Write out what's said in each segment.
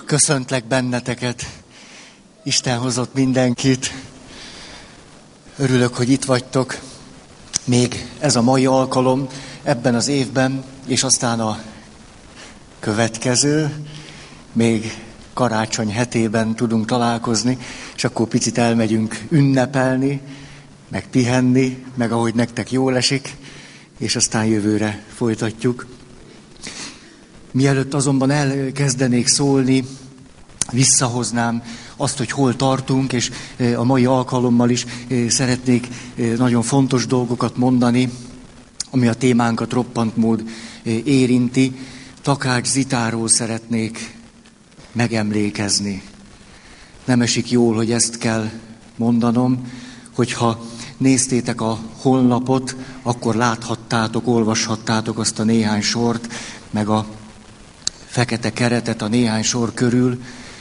Köszöntlek benneteket. Isten hozott mindenkit. Örülök, hogy itt vagytok. Még ez a mai alkalom ebben az évben, és aztán a következő, még karácsony hetében tudunk találkozni, és akkor picit elmegyünk ünnepelni, meg pihenni, meg ahogy nektek jól esik, és aztán jövőre folytatjuk. Mielőtt azonban elkezdenék szólni, visszahoznám azt, hogy hol tartunk, és a mai alkalommal is szeretnék nagyon fontos dolgokat mondani, ami a témánkat roppant mód érinti. Takács Zitáról szeretnék megemlékezni. Nem esik jól, hogy ezt kell mondanom, hogyha néztétek a honlapot, akkor láthattátok, olvashattátok azt a néhány sort, meg a fekete keretet a néhány sor körül.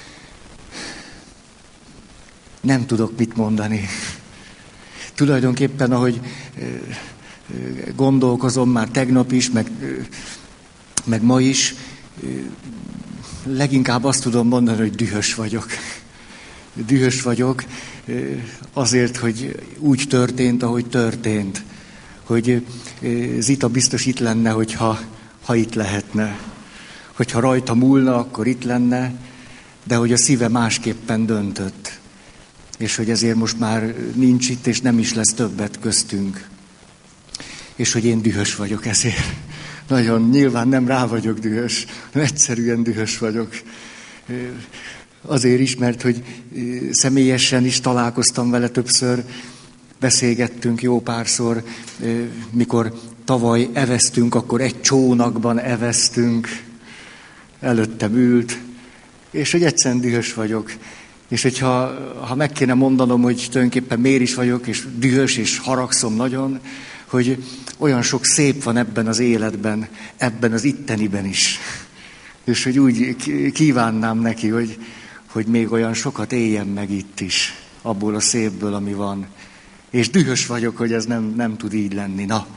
Nem tudok mit mondani. Tulajdonképpen, ahogy gondolkozom már tegnap is, meg ma is, leginkább azt tudom mondani, hogy dühös vagyok. Dühös vagyok azért, hogy úgy történt, ahogy történt. Hogy Zita biztos itt lenne, ha itt lehetne. Hogyha rajta múlna, akkor itt lenne, de hogy a szíve másképpen döntött. És hogy ezért most már nincs itt, és nem is lesz többet köztünk. És hogy én dühös vagyok ezért. Nagyon nyilván nem rá vagyok dühös, egyszerűen dühös vagyok. Azért is, mert hogy személyesen is találkoztam vele többször, beszélgettünk jó párszor, mikor tavaly eveztünk, akkor egy csónakban eveztünk, előttem ült, és hogy egyszerűen dühös vagyok. És hogyha meg kéne mondanom, hogy tulajdonképpen miért is vagyok, és dühös, és haragszom nagyon, hogy olyan sok szép van ebben az életben, ebben az itteniben is. És hogy úgy kívánnám neki, hogy még olyan sokat éljen meg itt is, abból a szépből, ami van. És dühös vagyok, hogy ez nem tud így lenni. Na,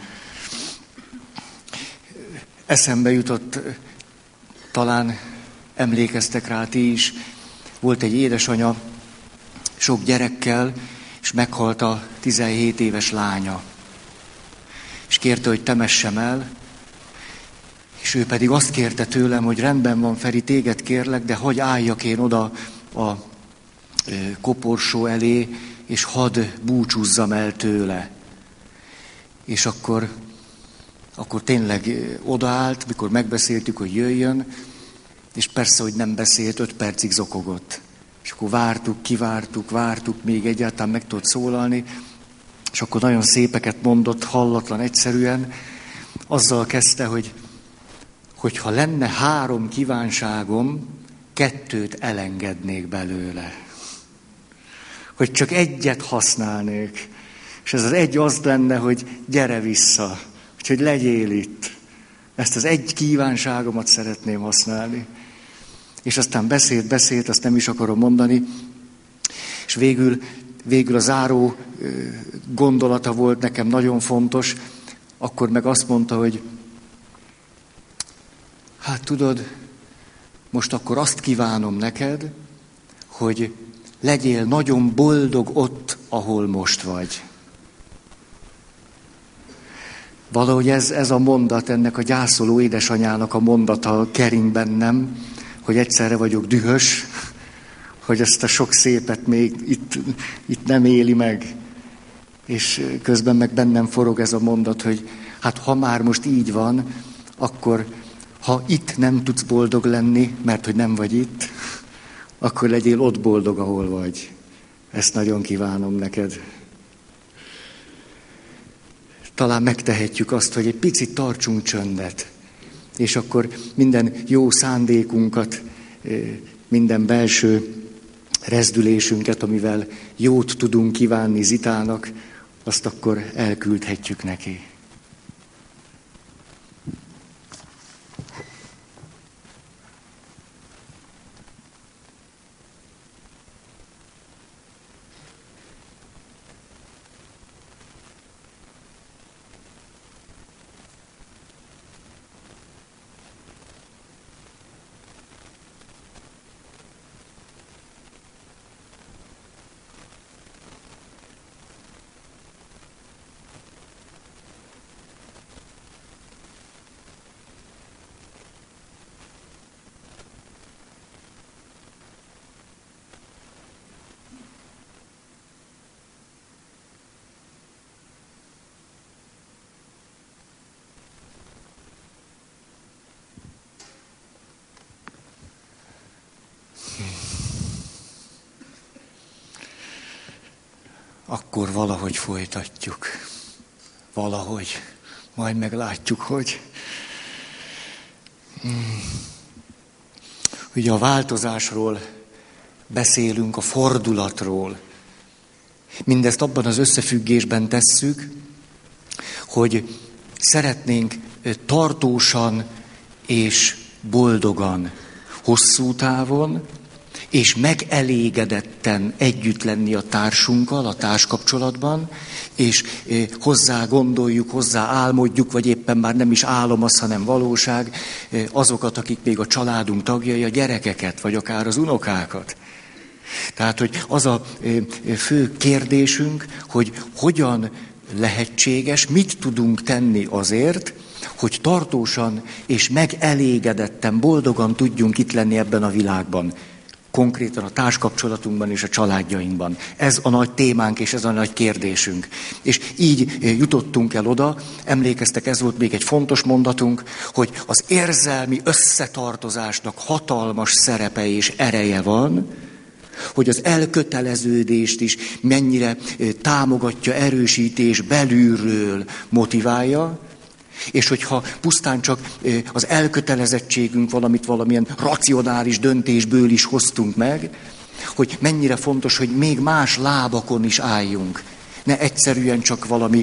eszembe jutott, talán emlékeztek rá ti is, volt egy édesanya sok gyerekkel, és meghalt a 17 éves lánya. És kérte, hogy temessem el, és ő pedig azt kérte tőlem, hogy rendben van, Feri, téged kérlek, de hadd álljak én oda a koporsó elé, és hadd búcsúzzam el tőle. És akkor tényleg odaállt, mikor megbeszéltük, hogy jöjjön, és persze, hogy nem beszélt, 5 percig zokogott. És akkor vártuk, még egyáltalán meg tudott szólalni, és akkor nagyon szépeket mondott, hallatlan egyszerűen. Azzal kezdte, hogy ha lenne 3 kívánságom, 2 elengednék belőle. Hogy csak 1 használnék. És ez az 1 az lenne, hogy gyere vissza, hogy legyél itt. Ezt az 1 kívánságomat szeretném használni. És aztán beszélt, azt nem is akarom mondani. És végül a záró gondolata volt nekem nagyon fontos, akkor meg azt mondta, hogy hát tudod, most akkor azt kívánom neked, hogy legyél nagyon boldog ott, ahol most vagy. Valahogy ez a mondat, ennek a gyászoló édesanyának a mondata kering bennem, hogy egyszerre vagyok dühös, hogy ezt a sok szépet még itt nem éli meg. És közben meg bennem forog ez a mondat, hogy hát ha már most így van, akkor ha itt nem tudsz boldog lenni, mert hogy nem vagy itt, akkor legyél ott boldog, ahol vagy. Ezt nagyon kívánom neked. Talán megtehetjük azt, hogy egy picit tartsunk csöndet, és akkor minden jó szándékunkat, minden belső rezdülésünket, amivel jót tudunk kívánni Zitának, azt akkor elküldhetjük neki. Akkor valahogy folytatjuk. Valahogy. Majd meglátjuk, hogy. Ugye a változásról beszélünk, a fordulatról. Mindezt abban az összefüggésben tesszük, hogy szeretnénk tartósan és boldogan, hosszú távon, és megelégedetten együtt lenni a társunkkal, a társkapcsolatban, és hozzá gondoljuk, hozzá álmodjuk, vagy éppen már nem is álom az, hanem valóság, azokat, akik még a családunk tagjai, a gyerekeket, vagy akár az unokákat. Tehát, hogy az a fő kérdésünk, hogy hogyan lehetséges, mit tudunk tenni azért, hogy tartósan és megelégedetten, boldogan tudjunk itt lenni ebben a világban. Konkrétan a társkapcsolatunkban és a családjainkban. Ez a nagy témánk és ez a nagy kérdésünk. És így jutottunk el oda, emlékeztek, ez volt még egy fontos mondatunk, hogy az érzelmi összetartozásnak hatalmas szerepe és ereje van, hogy az elköteleződést is mennyire támogatja, erősíti és belülről motiválja, és hogyha pusztán csak az elkötelezettségünk valamilyen racionális döntésből is hoztunk meg, hogy mennyire fontos, hogy még más lábakon is álljunk. Ne egyszerűen csak valami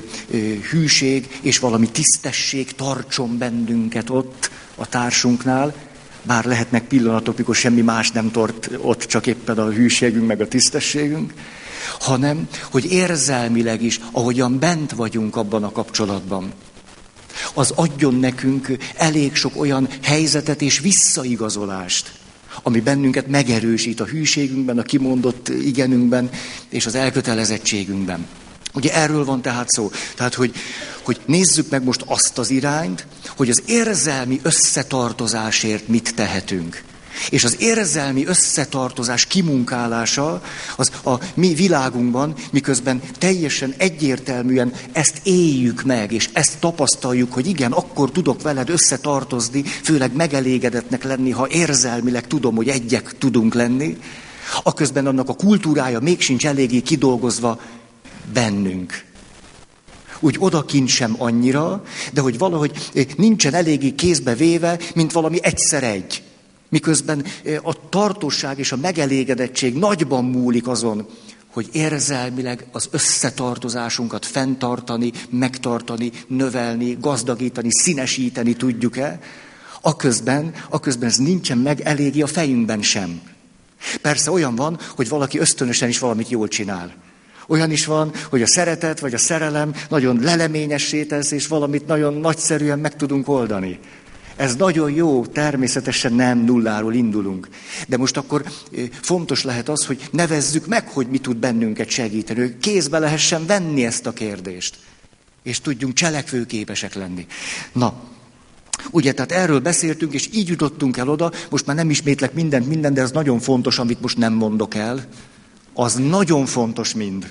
hűség és valami tisztesség tartson bennünket ott a társunknál, bár lehetnek pillanatok, mikor semmi más nem tart ott, csak éppen a hűségünk meg a tisztességünk, hanem, hogy érzelmileg is, ahogyan bent vagyunk abban a kapcsolatban, az adjon nekünk elég sok olyan helyzetet és visszaigazolást, ami bennünket megerősít a hűségünkben, a kimondott igenünkben és az elkötelezettségünkben. Ugye erről van tehát szó. Tehát, hogy nézzük meg most azt az irányt, hogy az érzelmi összetartozásért mit tehetünk. És az érzelmi összetartozás kimunkálása az a mi világunkban, miközben teljesen egyértelműen ezt éljük meg, és ezt tapasztaljuk, hogy igen, akkor tudok veled összetartozni, főleg megelégedetnek lenni, ha érzelmileg tudom, hogy egyek tudunk lenni, aközben annak a kultúrája még sincs eléggé kidolgozva bennünk. Úgy odakint sem annyira, de hogy valahogy nincsen eléggé kézbe véve, mint valami egyszer egy. Miközben a tartóság és a megelégedettség nagyban múlik azon, hogy érzelmileg az összetartozásunkat fenntartani, megtartani, növelni, gazdagítani, színesíteni tudjuk-e, aközben ez nincsen meg eléggé a fejünkben sem. Persze olyan van, hogy valaki ösztönösen is valamit jól csinál. Olyan is van, hogy a szeretet vagy a szerelem nagyon leleményessé tesz, és valamit nagyon nagyszerűen meg tudunk oldani. Ez nagyon jó, természetesen nem nulláról indulunk. De most akkor fontos lehet az, hogy nevezzük meg, hogy mi tud bennünket segíteni, hogy kézbe lehessen venni ezt a kérdést, és tudjunk cselekvőképesek lenni. Na, ugye, tehát erről beszéltünk, és így jutottunk el oda, most már nem ismétlek mindent, de ez nagyon fontos, amit most nem mondok el. Az nagyon fontos mind.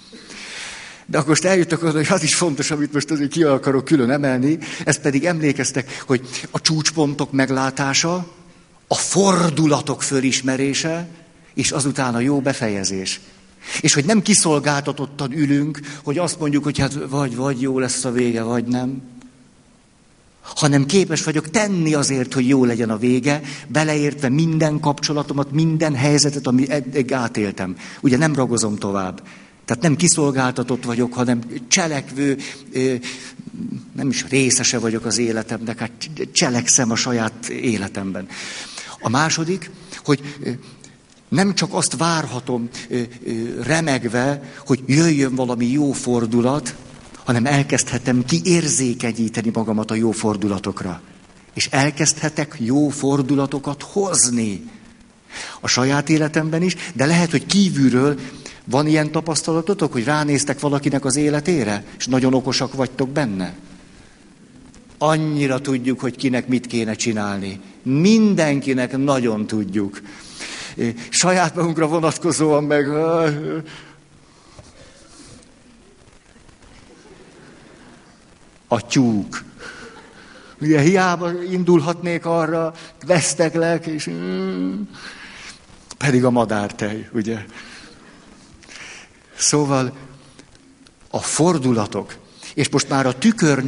De akkor most eljutok oda, hogy az is fontos, amit most azért ki akarok külön emelni, ez pedig emlékeztek, hogy a csúcspontok meglátása, a fordulatok fölismerése, és azután a jó befejezés. És hogy nem kiszolgáltatottan ülünk, hogy azt mondjuk, hogy hát vagy jó lesz a vége, vagy nem. Hanem képes vagyok tenni azért, hogy jó legyen a vége, beleértve minden kapcsolatomat, minden helyzetet, amit eddig átéltem. Ugye nem ragozom tovább. Tehát nem kiszolgáltatott vagyok, hanem cselekvő, nem is részese vagyok az életemnek, hát cselekszem a saját életemben. A második, hogy nem csak azt várhatom remegve, hogy jöjjön valami jó fordulat, hanem elkezdhetem kiérzékenyíteni magamat a jó fordulatokra. És elkezdhetek jó fordulatokat hozni. A saját életemben is, de lehet, hogy kívülről van ilyen tapasztalatotok, hogy ránéztek valakinek az életére, és nagyon okosak vagytok benne? Annyira tudjuk, hogy kinek mit kéne csinálni. Mindenkinek nagyon tudjuk. Saját magunkra vonatkozóan meg... A tyúk. Ugye hiába indulhatnék arra, veszteglek, és... Pedig a madártej, ugye? Szóval a fordulatok, és most már a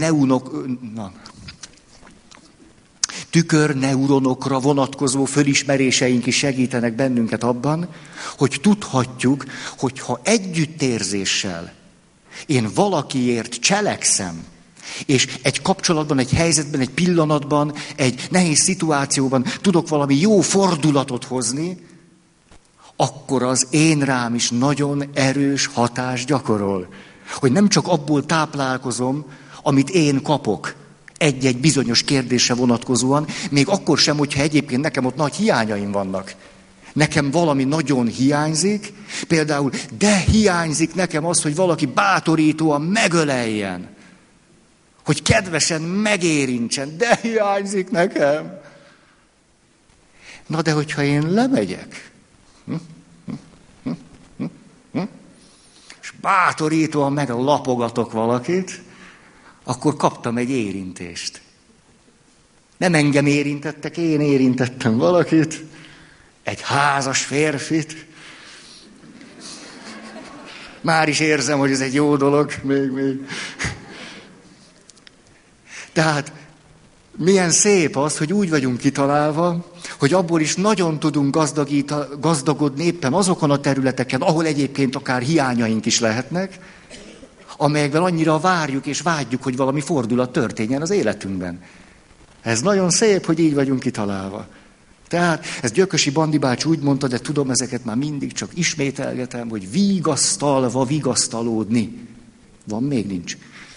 tükörneuronokra vonatkozó fölismeréseink is segítenek bennünket abban, hogy tudhatjuk, hogy ha együttérzéssel én valakiért cselekszem, és egy kapcsolatban, egy helyzetben, egy pillanatban, egy nehéz szituációban tudok valami jó fordulatot hozni, akkor az én rám is nagyon erős hatást gyakorol. Hogy nem csak abból táplálkozom, amit én kapok egy-egy bizonyos kérdésre vonatkozóan, még akkor sem, hogyha egyébként nekem ott nagy hiányaim vannak. Nekem valami nagyon hiányzik, például, de hiányzik nekem az, hogy valaki bátorítóan megöleljen. Hogy kedvesen megérintsen, de hiányzik nekem. Na de hogyha én lemegyek, és bátorítóan meglapogatok valakit, akkor kaptam egy érintést. Nem engem érintettek, én érintettem valakit, egy házas férfit. Már is érzem, hogy ez egy jó dolog, még. Tehát milyen szép az, hogy úgy vagyunk kitalálva, hogy abból is nagyon tudunk gazdagodni éppen azokon a területeken, ahol egyébként akár hiányaink is lehetnek, amelyekben annyira várjuk és vágyjuk, hogy valami fordulat történjen az életünkben. Ez nagyon szép, hogy így vagyunk kitalálva. Tehát ez Gyökösi Bandi bácsi úgy mondta, de tudom, ezeket már mindig csak ismételgetem, hogy vigasztalva vigasztalódni. Van, még nincs.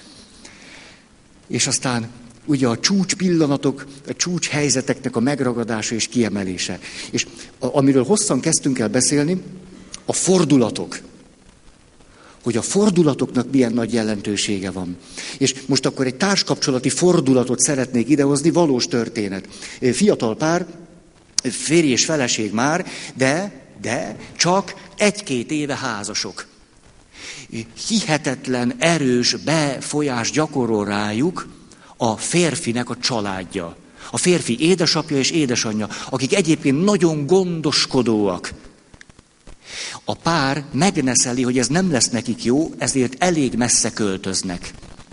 És aztán ugye a csúcs pillanatok, a csúcs helyzeteknek a megragadása és kiemelése. És amiről hosszan kezdtünk el beszélni, a fordulatok. Hogy a fordulatoknak milyen nagy jelentősége van. És most akkor egy társkapcsolati fordulatot szeretnék idehozni, valós történet. Fiatal pár, férj és feleség már, de csak 1-2 éve házasok. Hihetetlen erős befolyást gyakorol rájuk a férfinek a családja. A férfi édesapja és édesanyja, akik egyébként nagyon gondoskodóak. A pár megneszeli, hogy ez nem lesz nekik jó, ezért elég messze költöznek.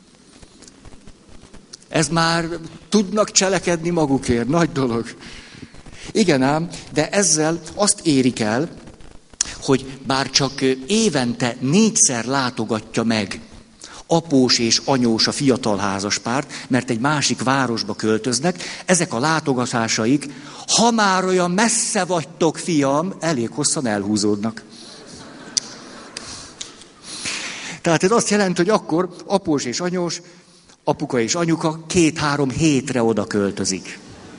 Ez már tudnak cselekedni magukért, nagy dolog. Igen ám, de ezzel azt érik el, hogy bár csak évente 4-szer látogatja meg após és anyós a fiatal házaspárt, mert egy másik városba költöznek, ezek a látogatásaik, ha már olyan messze vagytok, fiam, elég hosszan elhúzódnak. Tehát ez azt jelenti, hogy akkor após és anyós, apuka és anyuka 2-3 hétre oda költözik.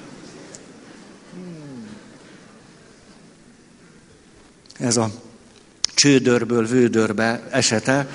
Ez a csődörből vődörbe esete.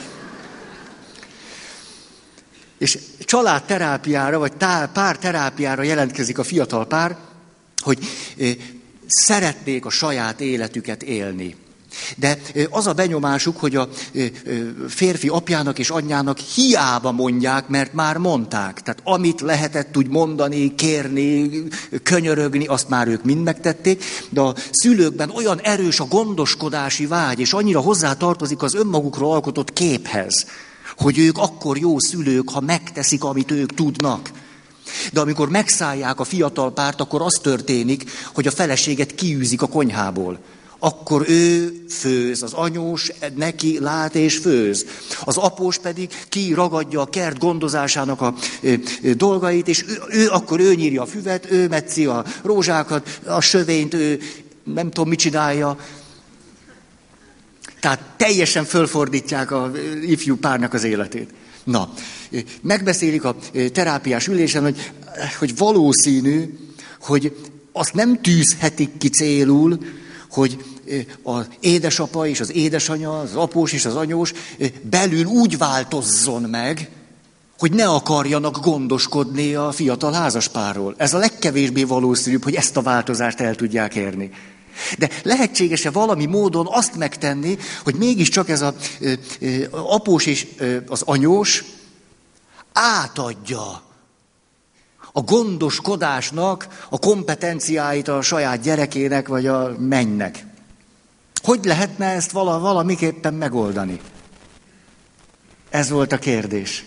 És családterápiára, vagy párterápiára jelentkezik a fiatal pár, hogy szeretnék a saját életüket élni. De az a benyomásuk, hogy a férfi apjának és anyjának hiába mondják, mert már mondták. Tehát amit lehetett úgy mondani, kérni, könyörögni, azt már ők mind megtették, de a szülőkben olyan erős a gondoskodási vágy, és annyira hozzátartozik az önmagukról alkotott képhez, hogy ők akkor jó szülők, ha megteszik, amit ők tudnak. De amikor megszállják a fiatal párt, akkor az történik, hogy a feleséget kiűzik a konyhából. Akkor ő főz, az anyós neki lát és főz. Az após pedig kiragadja a kert gondozásának a dolgait, és akkor ő nyírja a füvet, ő metszi a rózsákat, a sövényt, ő nem tudom, mit csinálja. Tehát teljesen fölfordítják az ifjú párnak az életét. Na, megbeszélik a terápiás ülésen, hogy valószínű, hogy azt nem tűzhetik ki célul, hogy az édesapa és az édesanya, az após és az anyós belül úgy változzon meg, hogy ne akarjanak gondoskodni a fiatal házaspárról. Ez a legkevésbé valószínűbb, hogy ezt a változást el tudják érni. De lehetséges-e valami módon azt megtenni, hogy mégiscsak ez az após és az anyós átadja a gondoskodásnak a kompetenciáit a saját gyerekének vagy a mennynek. Hogy lehetne ezt valamiképpen megoldani? Ez volt a kérdés.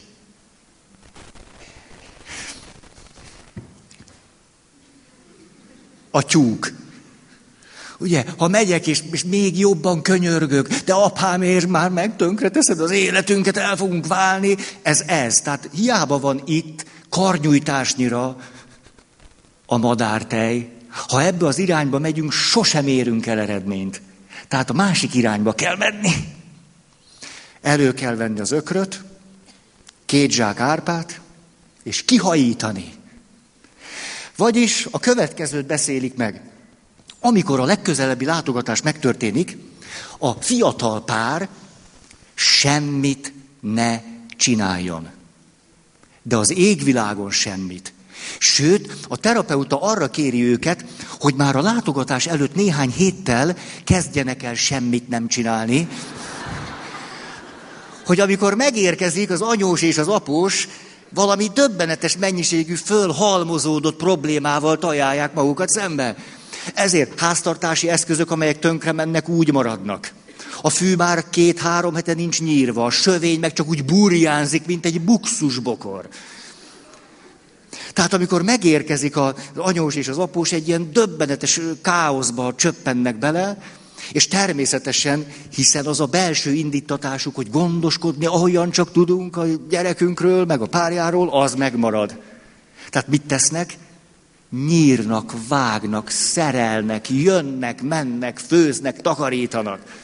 A tyúk. Ugye, ha megyek, és még jobban könyörgök, de apámért már meg tönkreteszed az életünket, el fogunk válni, ez. Tehát hiába van itt karnyújtásnyira a madártej. Ha ebbe az irányba megyünk, sosem érünk el eredményt. Tehát a másik irányba kell menni. Elő kell venni az ökröt, 2 zsák árpát, és kihajítani. Vagyis a következőt beszélik meg. Amikor a legközelebbi látogatás megtörténik, a fiatal pár semmit ne csináljon. De az égvilágon semmit. Sőt, a terapeuta arra kéri őket, hogy már a látogatás előtt néhány héttel kezdjenek el semmit nem csinálni, hogy amikor megérkezik az anyós és az após, valami döbbenetes mennyiségű fölhalmozódott problémával találják magukat szembe. Ezért háztartási eszközök, amelyek tönkre mennek, úgy maradnak. A fű már 2-3 hete nincs nyírva, a sövény meg csak úgy burjánzik, mint egy buxusbokor. Tehát amikor megérkezik az anyós és az após, egy ilyen döbbenetes káoszba csöppennek bele, és természetesen, hiszen az a belső indítatásuk, hogy gondoskodni, ahogyan csak tudunk a gyerekünkről, meg a párjáról, az megmarad. Tehát mit tesznek? Nyírnak, vágnak, szerelnek, jönnek, mennek, főznek, takarítanak.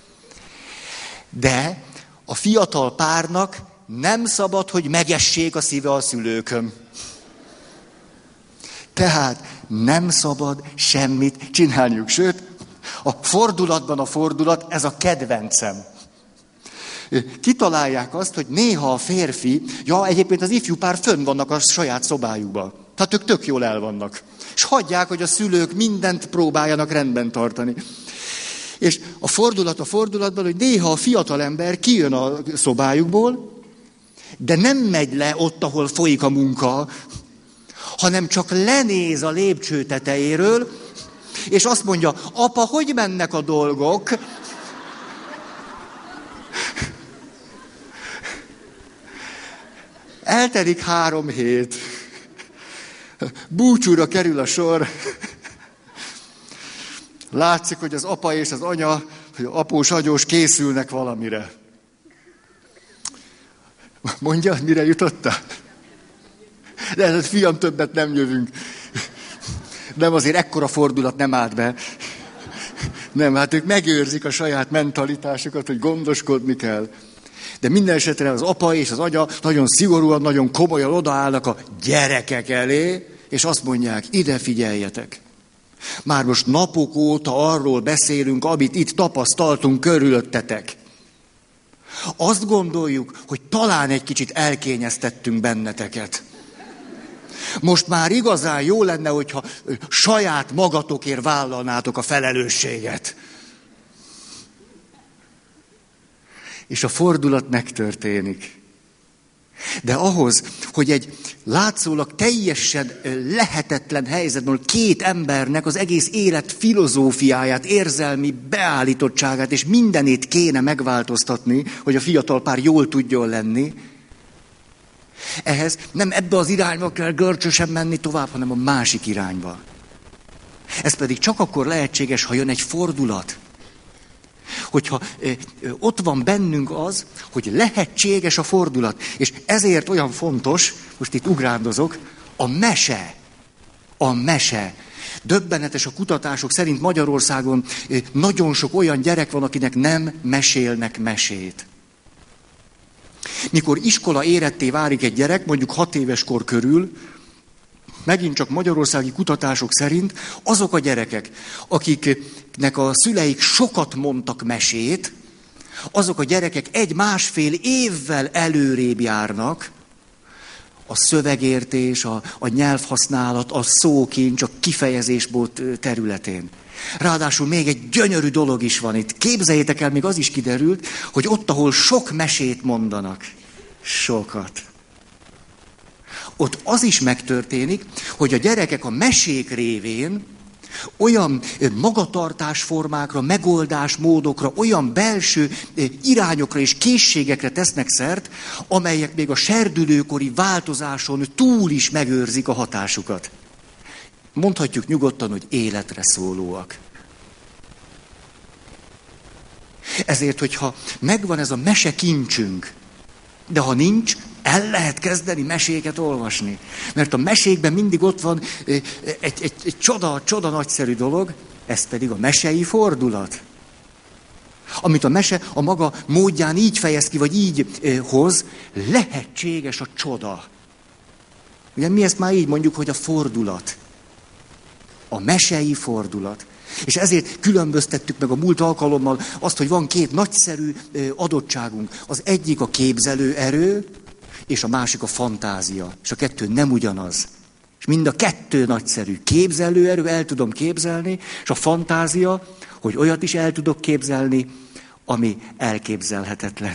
De a fiatal párnak nem szabad, hogy megessék a szíve a szülőkön. Tehát nem szabad semmit csinálniuk. Sőt, a fordulatban a fordulat, ez a kedvencem. Kitalálják azt, hogy néha a férfi, egyébként az ifjú pár fönn vannak a saját szobájukban. Tehát ők tök jól el vannak. És hagyják, hogy a szülők mindent próbáljanak rendben tartani. És a fordulatban, hogy néha a fiatalember kijön a szobájukból, de nem megy le ott, ahol folyik a munka, hanem csak lenéz a lépcső tetejéről, és azt mondja, apa, hogy mennek a dolgok? Eltelik 3 hét. Búcsúra kerül a sor. Látszik, hogy az apa és az anya, hogy após, agyós készülnek valamire. Mondja, mire jutottál? De ez fiam, többet nem jövünk. Nem, azért ekkora fordulat nem állt be. Nem, hát ők megőrzik a saját mentalitásukat, hogy gondoskodni kell. De minden esetre az apa és az anya nagyon szigorúan, nagyon komolyan odaállnak a gyerekek elé, és azt mondják, ide figyeljetek. Már most napok óta arról beszélünk, amit itt tapasztaltunk körülöttetek. Azt gondoljuk, hogy talán egy kicsit elkényeztettünk benneteket. Most már igazán jó lenne, hogyha saját magatokért vállalnátok a felelősséget. És a fordulat megtörténik. De ahhoz, hogy egy látszólag teljesen lehetetlen helyzetben 2 embernek az egész élet filozófiáját, érzelmi beállítottságát és mindenét kéne megváltoztatni, hogy a fiatal pár jól tudjon lenni, ehhez nem ebbe az irányba kell görcsösen menni tovább, hanem a másik irányba. Ez pedig csak akkor lehetséges, ha jön egy fordulat. Hogyha ott van bennünk az, hogy lehetséges a fordulat. És ezért olyan fontos, most itt ugrándozok, a mese. A mese. Döbbenetes, a kutatások szerint Magyarországon nagyon sok olyan gyerek van, akinek nem mesélnek mesét. Mikor iskola éretté válik egy gyerek, mondjuk 6 éves kor körül, megint csak magyarországi kutatások szerint azok a gyerekek, akiknek a szüleik sokat mondtak mesét, azok a gyerekek 1-1,5 évvel előrébb járnak a szövegértés, a nyelvhasználat, a szókincs, a kifejezésbót területén. Ráadásul még egy gyönyörű dolog is van itt. Képzeljétek el, még az is kiderült, hogy ott, ahol sok mesét mondanak, sokat. Ott az is megtörténik, hogy a gyerekek a mesék révén olyan magatartásformákra, megoldásmódokra, olyan belső irányokra és készségekre tesznek szert, amelyek még a serdülőkori változáson túl is megőrzik a hatásukat. Mondhatjuk nyugodtan, hogy életre szólóak. Ezért, hogyha megvan ez a mesekincsünk, de ha nincs, el lehet kezdeni meséket olvasni. Mert a mesékben mindig ott van egy csoda nagyszerű dolog, ez pedig a mesei fordulat. Amit a mese a maga módján így fejez ki, vagy így hoz, lehetséges a csoda. Ugye mi ezt már így mondjuk, hogy a fordulat. A mesei fordulat. És ezért különböztettük meg a múlt alkalommal azt, hogy van két nagyszerű adottságunk. Az egyik a képzelő erő, és a másik a fantázia. És a kettő nem ugyanaz. És mind a kettő nagyszerű. Képzelő erő, el tudom képzelni, és a fantázia, hogy olyat is el tudok képzelni, ami elképzelhetetlen.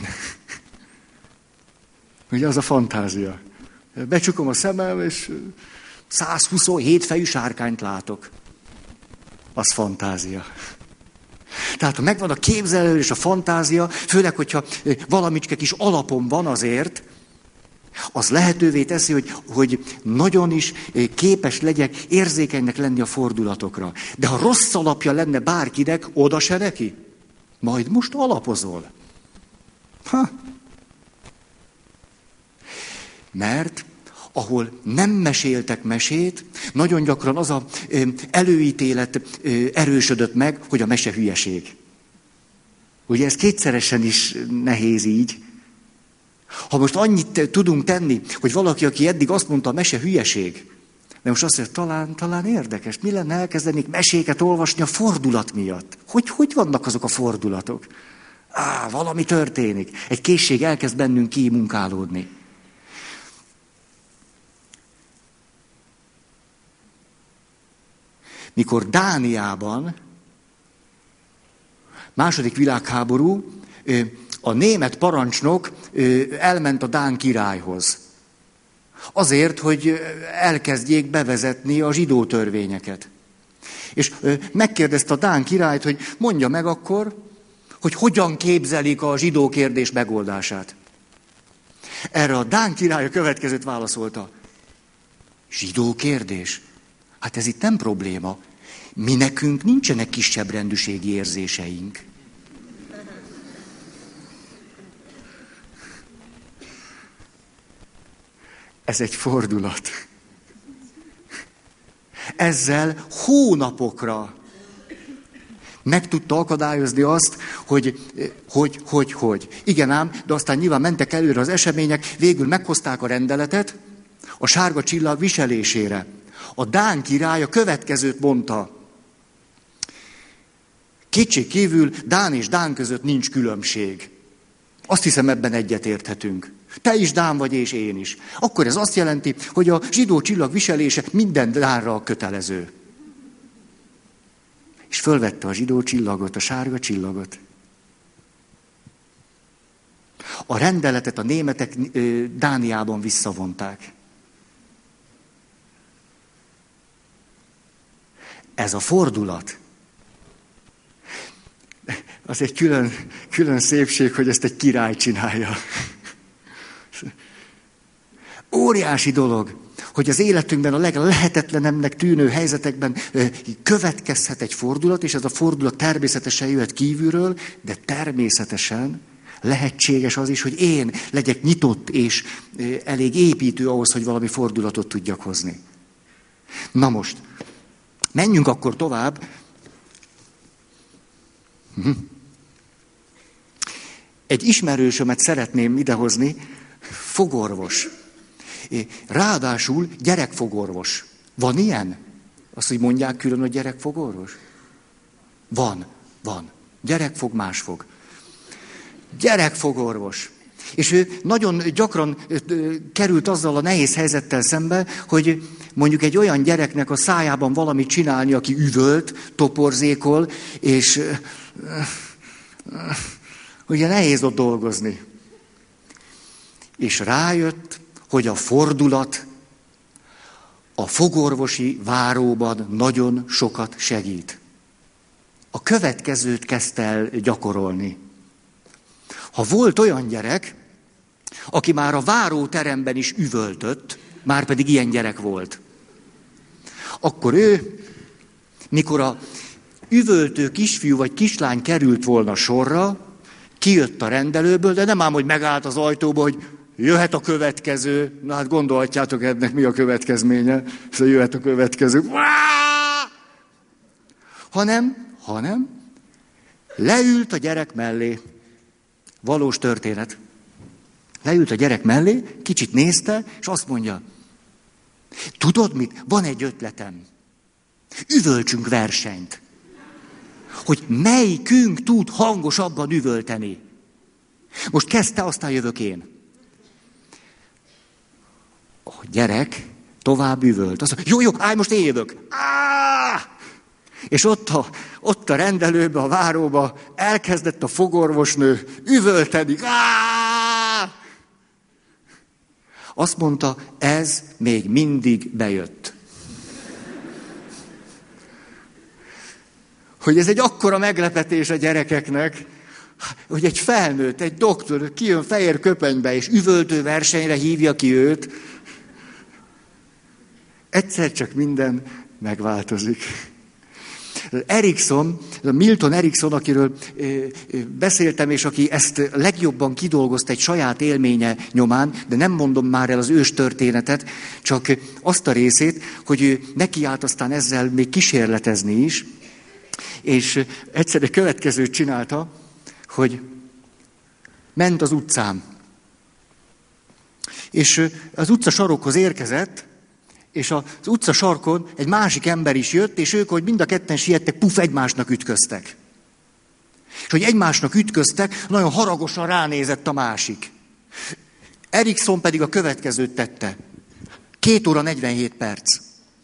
Ugye az a fantázia. Becsukom a szemem, és 127 fejű sárkányt látok. Az fantázia. Tehát ha megvan a képzelő és a fantázia, főleg, hogyha valamicske kis alapom van azért, az lehetővé teszi, hogy nagyon is képes legyek érzékenynek lenni a fordulatokra. De ha rossz alapja lenne bárkinek, oda se neki. Majd most alapozol. Mert ahol nem meséltek mesét, nagyon gyakran az a előítélet erősödött meg, hogy a mese hülyeség. Ugye ez kétszeresen is nehéz így. Ha most annyit tudunk tenni, hogy valaki, aki eddig azt mondta, a mese hülyeség, de most azt mondja, talán érdekes, mi lenne elkezdenék meséket olvasni a fordulat miatt? Hogy vannak azok a fordulatok? Valami történik. Egy készség elkezd bennünk kimunkálódni. Mikor Dániában, második világháború, a német parancsnok elment a dán királyhoz. Azért, hogy elkezdjék bevezetni a zsidó törvényeket. És megkérdezte a dán királyt, hogy mondja meg akkor, hogy hogyan képzelik a zsidó kérdés megoldását. Erre a dán király a következőt válaszolta. Zsidó kérdés? Hát ez itt nem probléma. Mi nekünk nincsenek kisebbrendűségi érzéseink. Ez egy fordulat. Ezzel hónapokra meg tudta akadályozni azt, hogy. Igen ám, de aztán nyilván mentek előre az események, végül meghozták a rendeletet a sárga csillag viselésére. A dán király a következőt mondta. Kétségkívül dán és dán között nincs különbség. Azt hiszem, ebben egyetérthetünk. Te is dán vagy, és én is. Akkor ez azt jelenti, hogy a zsidó csillag viselése minden dánra kötelező. És fölvette a zsidó csillagot, a sárga csillagot. A rendeletet a németek Dániában visszavonták. Ez a fordulat. Az egy külön szépség, hogy ezt egy király csinálja. Óriási dolog, hogy az életünkben a leglehetetlenebbnek tűnő helyzetekben következhet egy fordulat, és ez a fordulat természetesen jöhet kívülről, de természetesen lehetséges az is, hogy én legyek nyitott és elég építő ahhoz, hogy valami fordulatot tudjak hozni. Na most, menjünk akkor tovább. Egy ismerősömet szeretném idehozni, fogorvos. Ráadásul gyerekfogorvos. Van ilyen? Azt, hogy mondják külön, hogy gyerekfogorvos? Van. Gyerekfog, másfog. Gyerekfogorvos. És ő nagyon gyakran került azzal a nehéz helyzettel szembe, hogy mondjuk egy olyan gyereknek a szájában valamit csinálni, aki üvölt, toporzékol, és ugye nehéz ott dolgozni. És rájött, hogy a fordulat a fogorvosi váróban nagyon sokat segít. A következőt kezdte el gyakorolni. Ha volt olyan gyerek, aki már a váróteremben is üvöltött, már pedig ilyen gyerek volt, akkor ő, mikor a üvöltő kisfiú vagy kislány került volna sorra, kijött a rendelőből, de nem ám, hogy megállt az ajtóba, hogy jöhet a következő. Na hát gondolhatjátok, ennek mi a következménye, szóval jöhet a következő. Hanem leült a gyerek mellé. Valós történet. Leült a gyerek mellé, kicsit nézte, és azt mondja, tudod mit? Van egy ötletem. Üvöltsünk versenyt. Hogy melyikünk tud hangosabban üvölteni. Most kezdte, aztán jövök én. A gyerek tovább üvölt. Azt mondja, jó, állj, most én jövök. És ott a rendelőbe, a váróba elkezdett a fogorvosnő üvölteni. Azt mondta, ez még mindig bejött. Hogy ez egy akkora meglepetés a gyerekeknek, hogy egy felnőtt, egy doktor kijön fehér köpenybe, és üvöltő versenyre hívja ki őt. Egyszer csak minden megváltozik. Milton Erickson, akiről beszéltem, és aki ezt legjobban kidolgozta egy saját élménye nyomán, de nem mondom már el az ős történetet, csak azt a részét, hogy ő nekiállt aztán ezzel még kísérletezni is, és egyszer a következőt csinálta, hogy ment az utcán. És az utca sarokhoz érkezett, és az utca sarkon egy másik ember is jött, és ők, hogy mind a ketten siettek, egymásnak ütköztek. És hogy egymásnak ütköztek, nagyon haragosan ránézett a másik. Erickson pedig a következőt tette. 2 óra 47 perc.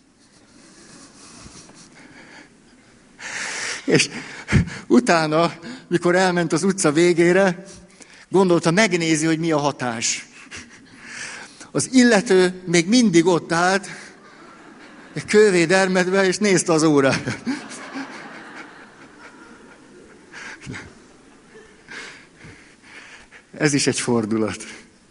És utána, mikor elment az utca végére, gondolta, megnézi, hogy mi a hatás. Az illető még mindig ott állt, kővé dermedve, és nézte az órát. Ez is egy fordulat.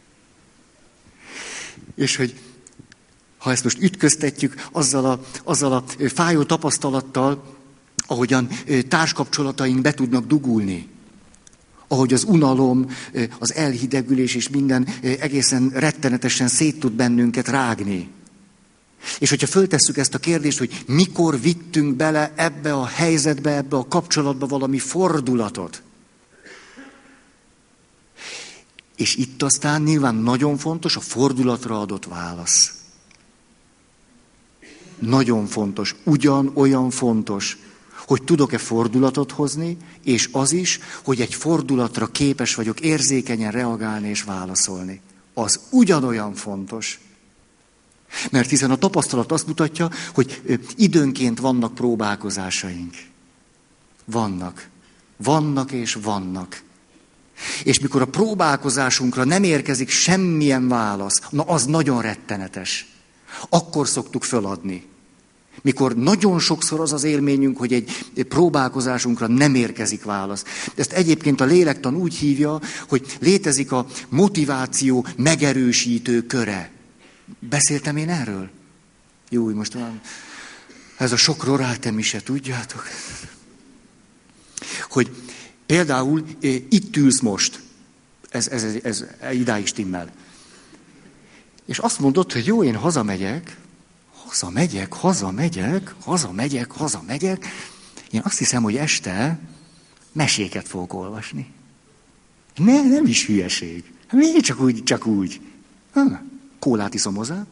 És hogy ha ezt most ütköztetjük azzal a fájó tapasztalattal, ahogyan társkapcsolataink be tudnak dugulni, ahogy az unalom, az elhidegülés és minden egészen rettenetesen szét tud bennünket rágni. És hogyha föltesszük ezt a kérdést, hogy mikor vittünk bele ebbe a helyzetbe, ebbe a kapcsolatba valami fordulatot. És itt aztán nyilván nagyon fontos a fordulatra adott válasz. Nagyon fontos, ugyanolyan fontos, hogy tudok-e fordulatot hozni, és az is, hogy egy fordulatra képes vagyok érzékenyen reagálni és válaszolni. Az ugyanolyan fontos. Mert hiszen a tapasztalat azt mutatja, hogy időnként vannak próbálkozásaink. Vannak és vannak. És mikor a próbálkozásunkra nem érkezik semmilyen válasz, na az nagyon rettenetes. Akkor szoktuk föladni. Mikor nagyon sokszor az az élményünk, hogy egy próbálkozásunkra nem érkezik válasz. Ezt egyébként a lélektan úgy hívja, hogy létezik a motiváció megerősítő köre. Beszéltem én erről? Jó, most van. Ez a sok rorátem is, tudjátok? Hogy például itt ülsz most. Ez idáig stimmel. És azt mondod, hogy jó, én hazamegyek. Én azt hiszem, hogy este meséket fogok olvasni. Nem is hülyeség. Miért csak úgy? Kólát iszom hozzá.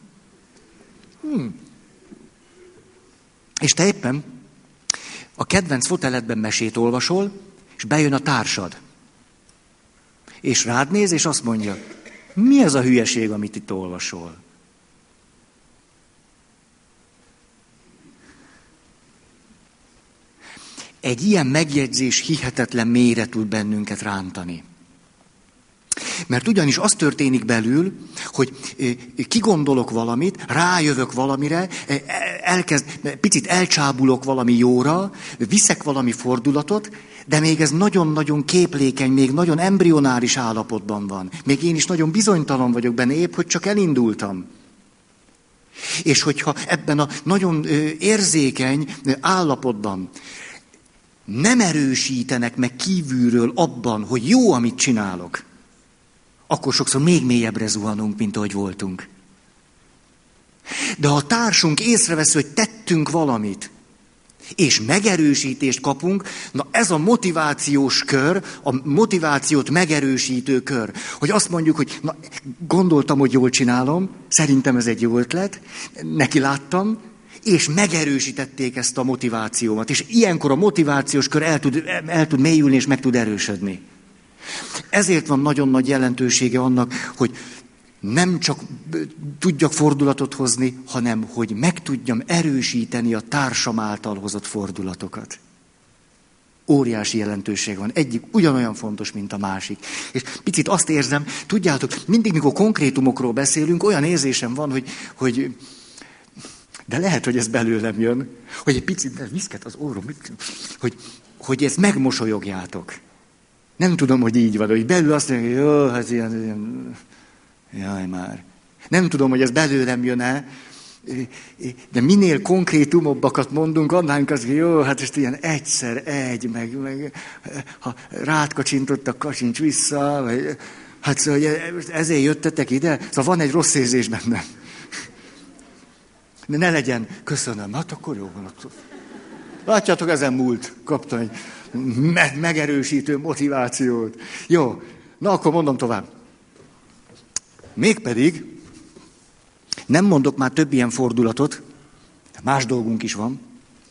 És te éppen a kedvenc foteledben mesét olvasol, és bejön a társad. És rád néz, és azt mondja, mi ez a hülyeség, amit itt olvasol? Egy ilyen megjegyzés hihetetlen mélyre tud bennünket rántani. Mert ugyanis az történik belül, hogy kigondolok valamit, rájövök valamire, picit elcsábulok valami jóra, viszek valami fordulatot, de még ez nagyon-nagyon képlékeny, még nagyon embrionáris állapotban van. Még én is nagyon bizonytalan vagyok benne, épp hogy csak elindultam. És hogyha ebben a nagyon érzékeny állapotban nem erősítenek meg kívülről abban, hogy jó, amit csinálok, akkor sokszor még mélyebbre zuhanunk, mint ahogy voltunk. De ha a társunk észrevesz, hogy tettünk valamit, és megerősítést kapunk, na ez a motivációs kör, a motivációt megerősítő kör, hogy azt mondjuk, hogy na, gondoltam, hogy jól csinálom, szerintem ez egy jó ötlet, neki láttam, és megerősítették ezt a motivációmat. És ilyenkor a motivációs kör el tud mélyülni, és meg tud erősödni. Ezért van nagyon nagy jelentősége annak, hogy nem csak tudjak fordulatot hozni, hanem hogy meg tudjam erősíteni a társam által hozott fordulatokat. Óriási jelentőség van. Egyik ugyanolyan fontos, mint a másik. És picit azt érzem, tudjátok, mindig, mikor konkrétumokról beszélünk, olyan érzésem van, hogy de lehet, hogy ez belőlem jön, hogy egy picit viszket az orrom, hogy ezt megmosolyogjátok. Nem tudom, hogy így van, hogy belül azt mondja, hogy jó, hát ilyen, jaj már. Nem tudom, hogy ez belőlem jön-e, de minél konkrétumabbakat mondunk, annál az, hogy jó, hát ezt ilyen egyszer egy, meg ha rátkacsintott, kacsincs vissza, vagy, hát szóval, ezért jöttetek ide, szóval van egy rossz érzés bennem. De ne legyen, köszönöm, hát akkor jó van. Látjátok, ezen múlt, kaptam egy megerősítő motivációt. Jó, na akkor mondom tovább. Mégpedig nem mondok már több ilyen fordulatot, más dolgunk is van.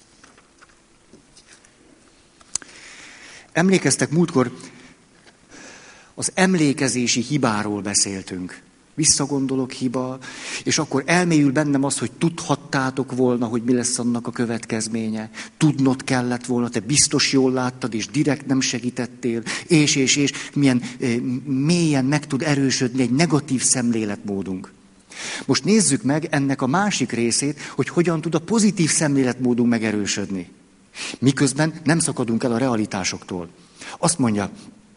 Emlékeztek, múltkor az emlékezési hibáról beszéltünk. Visszagondolok, hiba, és akkor elmélyül bennem az, hogy tudhattátok volna, hogy mi lesz annak a következménye. Tudnod kellett volna, te biztos jól láttad, és direkt nem segítettél, és milyen mélyen meg tud erősödni egy negatív szemléletmódunk. Most nézzük meg ennek a másik részét, hogy hogyan tud a pozitív szemléletmódunk megerősödni. Miközben nem szakadunk el a realitásoktól. Azt mondja,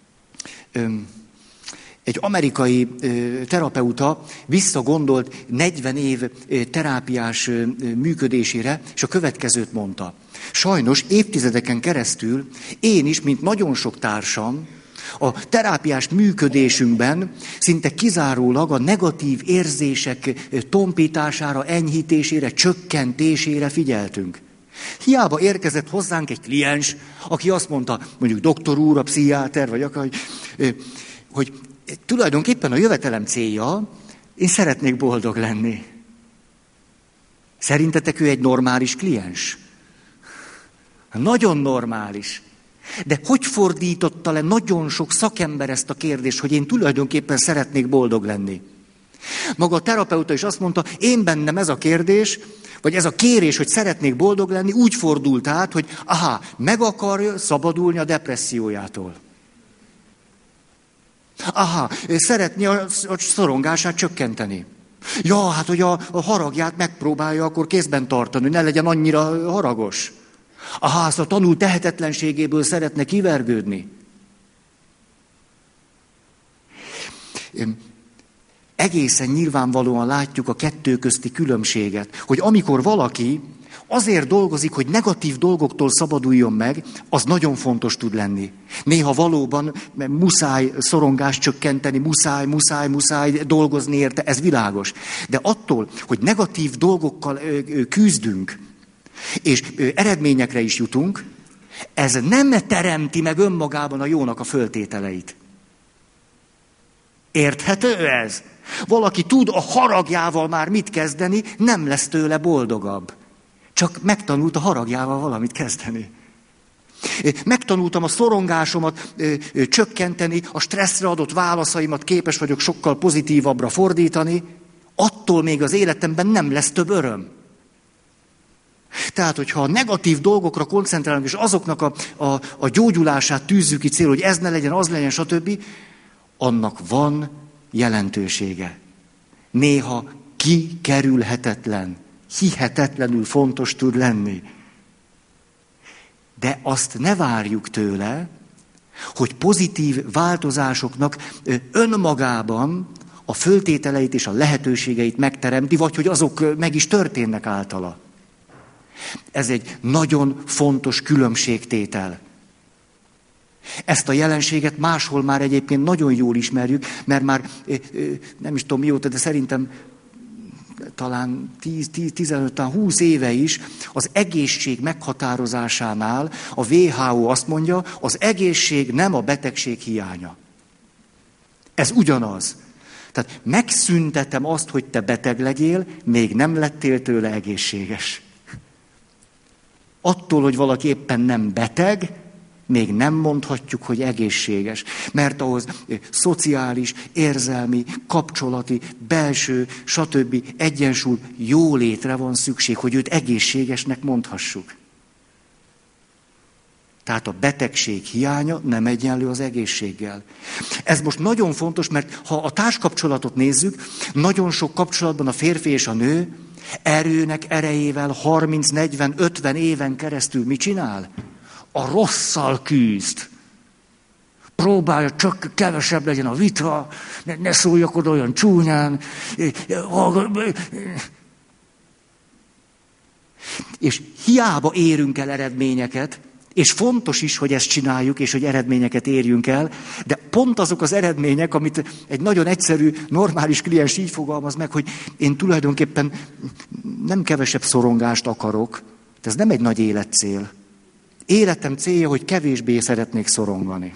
egy amerikai terapeuta visszagondolt 40 év terápiás működésére, és a következőt mondta. Sajnos évtizedeken keresztül én is, mint nagyon sok társam, a terápiás működésünkben szinte kizárólag a negatív érzések tompítására, enyhítésére, csökkentésére figyeltünk. Hiába érkezett hozzánk egy kliens, aki azt mondta, mondjuk doktor úr, a pszichiáter, vagy akár, hogy tulajdonképpen a jövetelem célja, én szeretnék boldog lenni. Szerintetek ő egy normális kliens? Nagyon normális. De hogy fordította le nagyon sok szakember ezt a kérdést, hogy én tulajdonképpen szeretnék boldog lenni? Maga a terapeuta is azt mondta, én bennem ez a kérdés, vagy ez a kérés, hogy szeretnék boldog lenni, úgy fordult át, hogy meg akarja szabadulni a depressziójától. Szeretné a szorongását csökkenteni. Ja, hát hogy a haragját megpróbálja akkor kézben tartani, hogy ne legyen annyira haragos. Azt a tanult tehetetlenségéből szeretne kivergődni. Egészen nyilvánvalóan látjuk a kettő közti különbséget, hogy amikor valaki azért dolgozik, hogy negatív dolgoktól szabaduljon meg, az nagyon fontos tud lenni. Néha valóban muszáj szorongást csökkenteni, muszáj dolgozni érte, ez világos. De attól, hogy negatív dolgokkal küzdünk, és eredményekre is jutunk, ez nem teremti meg önmagában a jónak a föltételeit. Érthető ez? Valaki tud a haragjával már mit kezdeni, nem lesz tőle boldogabb. Csak megtanult a haragjával valamit kezdeni. Megtanultam a szorongásomat csökkenteni, a stresszre adott válaszaimat képes vagyok sokkal pozitívabbra fordítani, attól még az életemben nem lesz több öröm. Tehát, hogyha a negatív dolgokra koncentrálunk, és azoknak a gyógyulását tűzzük ki célul, hogy ez ne legyen, az legyen, stb., annak van jelentősége. Néha kikerülhetetlen, hihetetlenül fontos tud lenni. De azt ne várjuk tőle, hogy pozitív változásoknak önmagában a föltételeit és a lehetőségeit megteremti, vagy hogy azok meg is történnek általa. Ez egy nagyon fontos különbségtétel. Ezt a jelenséget máshol már egyébként nagyon jól ismerjük, mert már nem is tudom mióta, de szerintem talán 10-15-20 éve is az egészség meghatározásánál a WHO azt mondja, az egészség nem a betegség hiánya. Ez ugyanaz. Tehát megszüntetem azt, hogy te beteg legyél, még nem lettél tőle egészséges. Attól, hogy valaki éppen nem beteg, még nem mondhatjuk, hogy egészséges. Mert ahhoz szociális, érzelmi, kapcsolati, belső, stb. Egyensúly, jólétre van szükség, hogy őt egészségesnek mondhassuk. Tehát a betegség hiánya nem egyenlő az egészséggel. Ez most nagyon fontos, mert ha a társkapcsolatot nézzük, nagyon sok kapcsolatban a férfi és a nő erőnek erejével 30-40-50 éven keresztül mit csinál? A rosszal küzd. Próbálja, csak kevesebb legyen a vita, ne szóljak oda olyan csúnyán. És hiába érünk el eredményeket, és fontos is, hogy ezt csináljuk, és hogy eredményeket érjünk el, de pont azok az eredmények, amit egy nagyon egyszerű, normális kliens így fogalmaz meg, hogy én tulajdonképpen nem kevesebb szorongást akarok, de ez nem egy nagy életcél. Életem célja, hogy kevésbé szeretnék szorongani.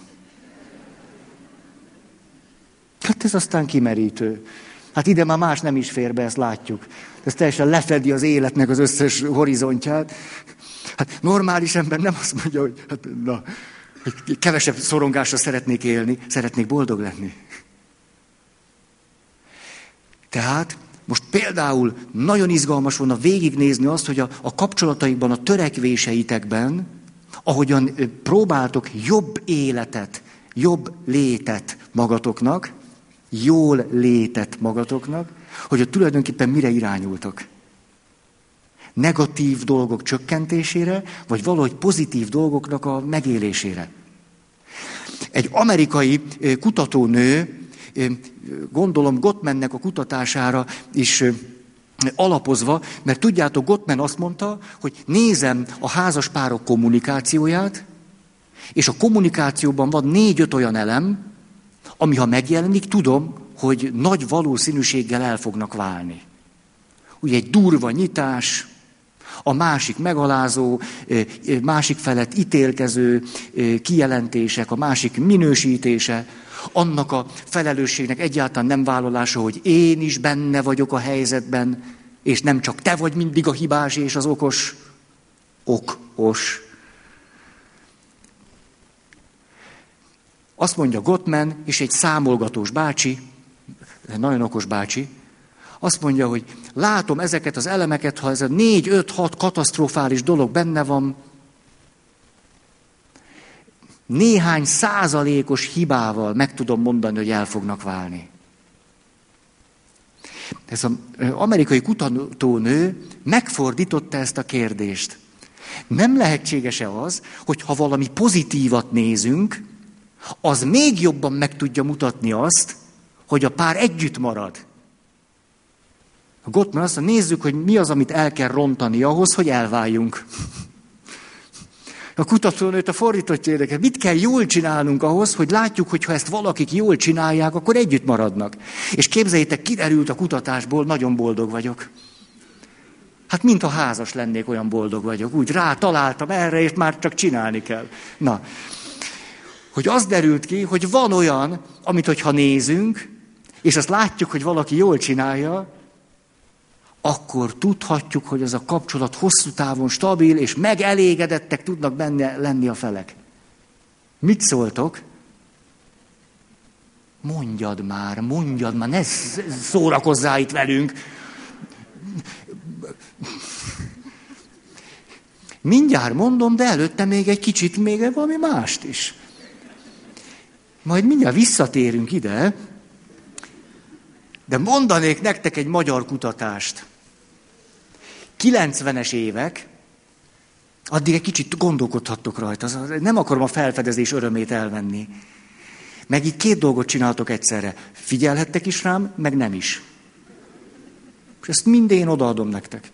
Hát ez aztán kimerítő. Hát ide már más nem is fér be, ezt látjuk. Ez teljesen lefedi az életnek az összes horizontját. Hát normális ember nem azt mondja, hogy, hogy kevesebb szorongásra szeretnék élni, szeretnék boldog lenni. Tehát most például nagyon izgalmas volna végignézni azt, hogy a kapcsolataikban, a törekvéseitekben, ahogyan próbáltok jobb életet, jobb létet magatoknak, jól létet magatoknak, hogy tulajdonképpen mire irányultok. Negatív dolgok csökkentésére, vagy valahogy pozitív dolgoknak a megélésére. Egy amerikai kutatónő, gondolom Gottmannek a kutatására is alapozva, mert tudjátok, Gottman azt mondta, hogy nézem a házaspárok kommunikációját, és a kommunikációban van 4-5 olyan elem, ami ha megjelenik, tudom, hogy nagy valószínűséggel el fognak válni. Ugye egy durva nyitás, a másik megalázó, másik felett ítélkező kijelentések, a másik minősítése, annak a felelősségnek egyáltalán nem vállalása, hogy én is benne vagyok a helyzetben, és nem csak te vagy mindig a hibás és az okos. Okos. Azt mondja Gottman, és egy számolgatós bácsi, nagyon okos bácsi, azt mondja, hogy látom ezeket az elemeket, ha ez a 4-5-6 katasztrofális dolog benne van, néhány százalékos hibával meg tudom mondani, hogy el fognak válni. Ez az amerikai kutatónő megfordította ezt a kérdést. Nem lehetséges-e az, hogy ha valami pozitívat nézünk, az még jobban meg tudja mutatni azt, hogy a pár együtt marad. A Gottman azt mondja, nézzük, hogy mi az, amit el kell rontani ahhoz, hogy elváljunk. A kutatónőt a fordítottja érdekel. Mit kell jól csinálnunk ahhoz, hogy látjuk, hogy ha ezt valakik jól csinálják, akkor együtt maradnak. És képzeljétek, kiderült a kutatásból, nagyon boldog vagyok. Hát mintha házas lennék, olyan boldog vagyok. Úgy rátaláltam erre, és már csak csinálni kell. Na, hogy az derült ki, hogy van olyan, amit hogyha nézünk, és azt látjuk, hogy valaki jól csinálja, akkor tudhatjuk, hogy ez a kapcsolat hosszú távon stabil, és megelégedettek tudnak benne lenni a felek. Mit szóltok? Mondjad már, ne szórakozzál itt velünk. Mindjárt mondom, de előtte még egy kicsit még valami mást is. Majd mindjárt visszatérünk ide. De mondanék nektek egy magyar kutatást. 90-es évek, addig egy kicsit gondolkodhattok rajta. Nem akarom a felfedezés örömét elvenni. Meg így 2 dolgot csináltok egyszerre. Figyelhettek is rám, meg nem is. És ezt mind én odaadom nektek.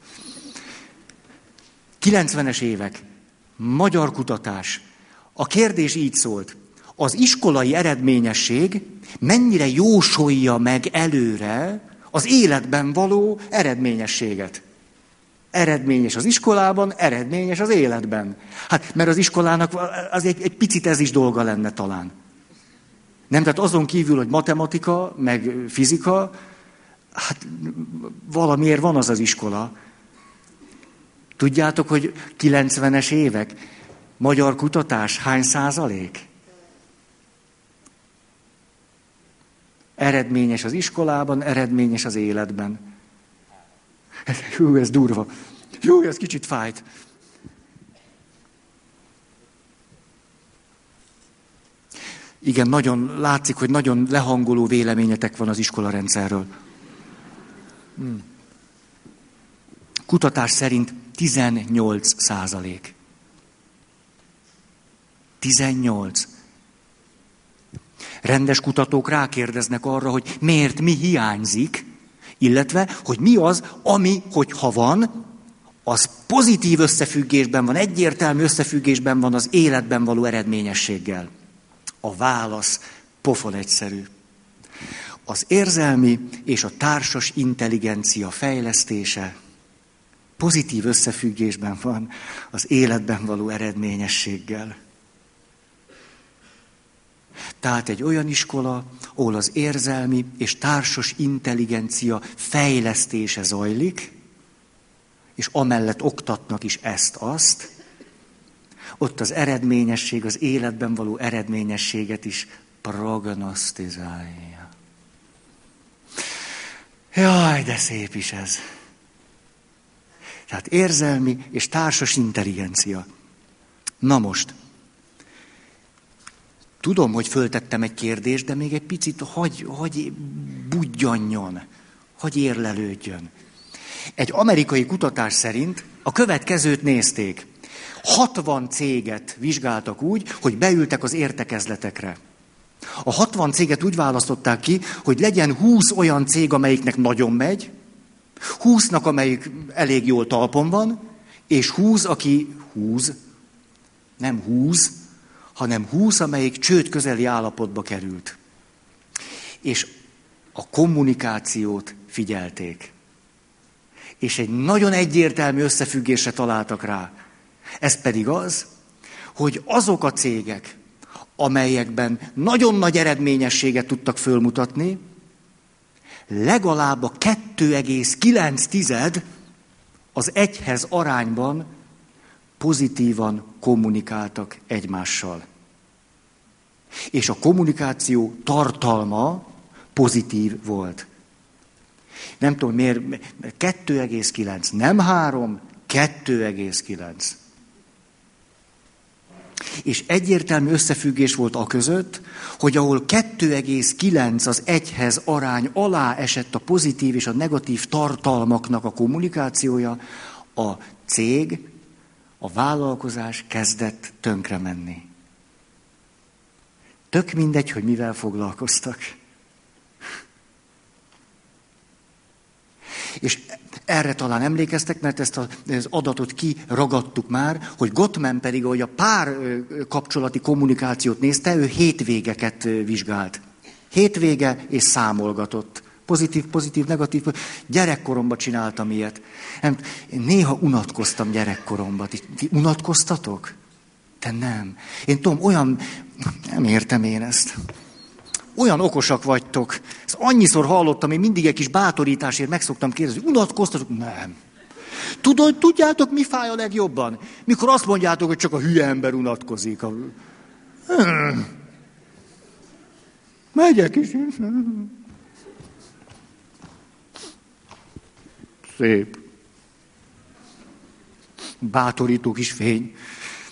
90-es évek. Magyar kutatás. A kérdés így szólt. Az iskolai eredményesség mennyire jósolja meg előre az életben való eredményességet? Eredményes az iskolában, eredményes az életben. Hát, mert az iskolának az egy picit ez is dolga lenne talán. Nem, tehát azon kívül, hogy matematika, meg fizika, hát valamiért van az iskola. Tudjátok, hogy 90-es évek, magyar kutatás hány százalék? Eredményes az iskolában, eredményes az életben. Hú, ez durva. Jó, ez kicsit fájt. Igen, nagyon látszik, hogy nagyon lehangoló véleményetek van az iskolarendszerről. Kutatás szerint 18%. 18. Rendes kutatók rákérdeznek arra, hogy miért mi hiányzik, illetve, hogy mi az, ami, hogyha van, az pozitív összefüggésben van, egyértelmű összefüggésben van az életben való eredményességgel. A válasz pofon egyszerű. Az érzelmi és a társas intelligencia fejlesztése pozitív összefüggésben van az életben való eredményességgel. Tehát egy olyan iskola, ahol az érzelmi és társas intelligencia fejlesztése zajlik, és amellett oktatnak is ezt-azt, ott az eredményesség, az életben való eredményességet is prognosztizálja. Jaj, de szép is ez. Tehát érzelmi és társas intelligencia. Na most, tudom, hogy föltettem egy kérdést, de még egy picit hagy budjanjon, hagy érlelődjön. Egy amerikai kutatás szerint a következőt nézték. 60 céget vizsgáltak úgy, hogy beültek az értekezletekre. A 60 céget úgy választották ki, hogy legyen 20 olyan cég, amelyiknek nagyon megy, 20-nak, amelyik elég jól talpon van, és 20, aki nem 20, hanem 20, amelyik csőd közeli állapotba került. És a kommunikációt figyelték. És egy nagyon egyértelmű összefüggésre találtak rá. Ez pedig az, hogy azok a cégek, amelyekben nagyon nagy eredményességet tudtak fölmutatni, legalább a 2,9 az 1-hez arányban pozitívan kommunikáltak egymással. És a kommunikáció tartalma pozitív volt. Nem tudom miért, 2,9, nem 3, 2,9. És egyértelmű összefüggés volt a között, hogy ahol 2,9 az 1-hez arány alá esett a pozitív és a negatív tartalmaknak a kommunikációja, a cég, a vállalkozás kezdett tönkre menni. Tök mindegy, hogy mivel foglalkoztak. És erre talán emlékeztek, mert ezt az adatot kiragadtuk már, hogy Gottman pedig, ahogy a párkapcsolati kommunikációt nézte, ő hétvégeket vizsgált. Hétvége és számolgatott. Pozitív, negatív. Gyerekkoromban csináltam ilyet. Én néha unatkoztam gyerekkoromban. Ti unatkoztatok? Te nem. Én tudom, nem értem én ezt. Olyan okosak vagytok. Ezt annyiszor hallottam, én mindig egy kis bátorításért meg szoktam kérdezni, unatkoztatok? Nem. Tudjátok, mi fáj a legjobban? Mikor azt mondjátok, hogy csak a hülye ember unatkozik. Megyek is. Szép. Bátorító kis fény.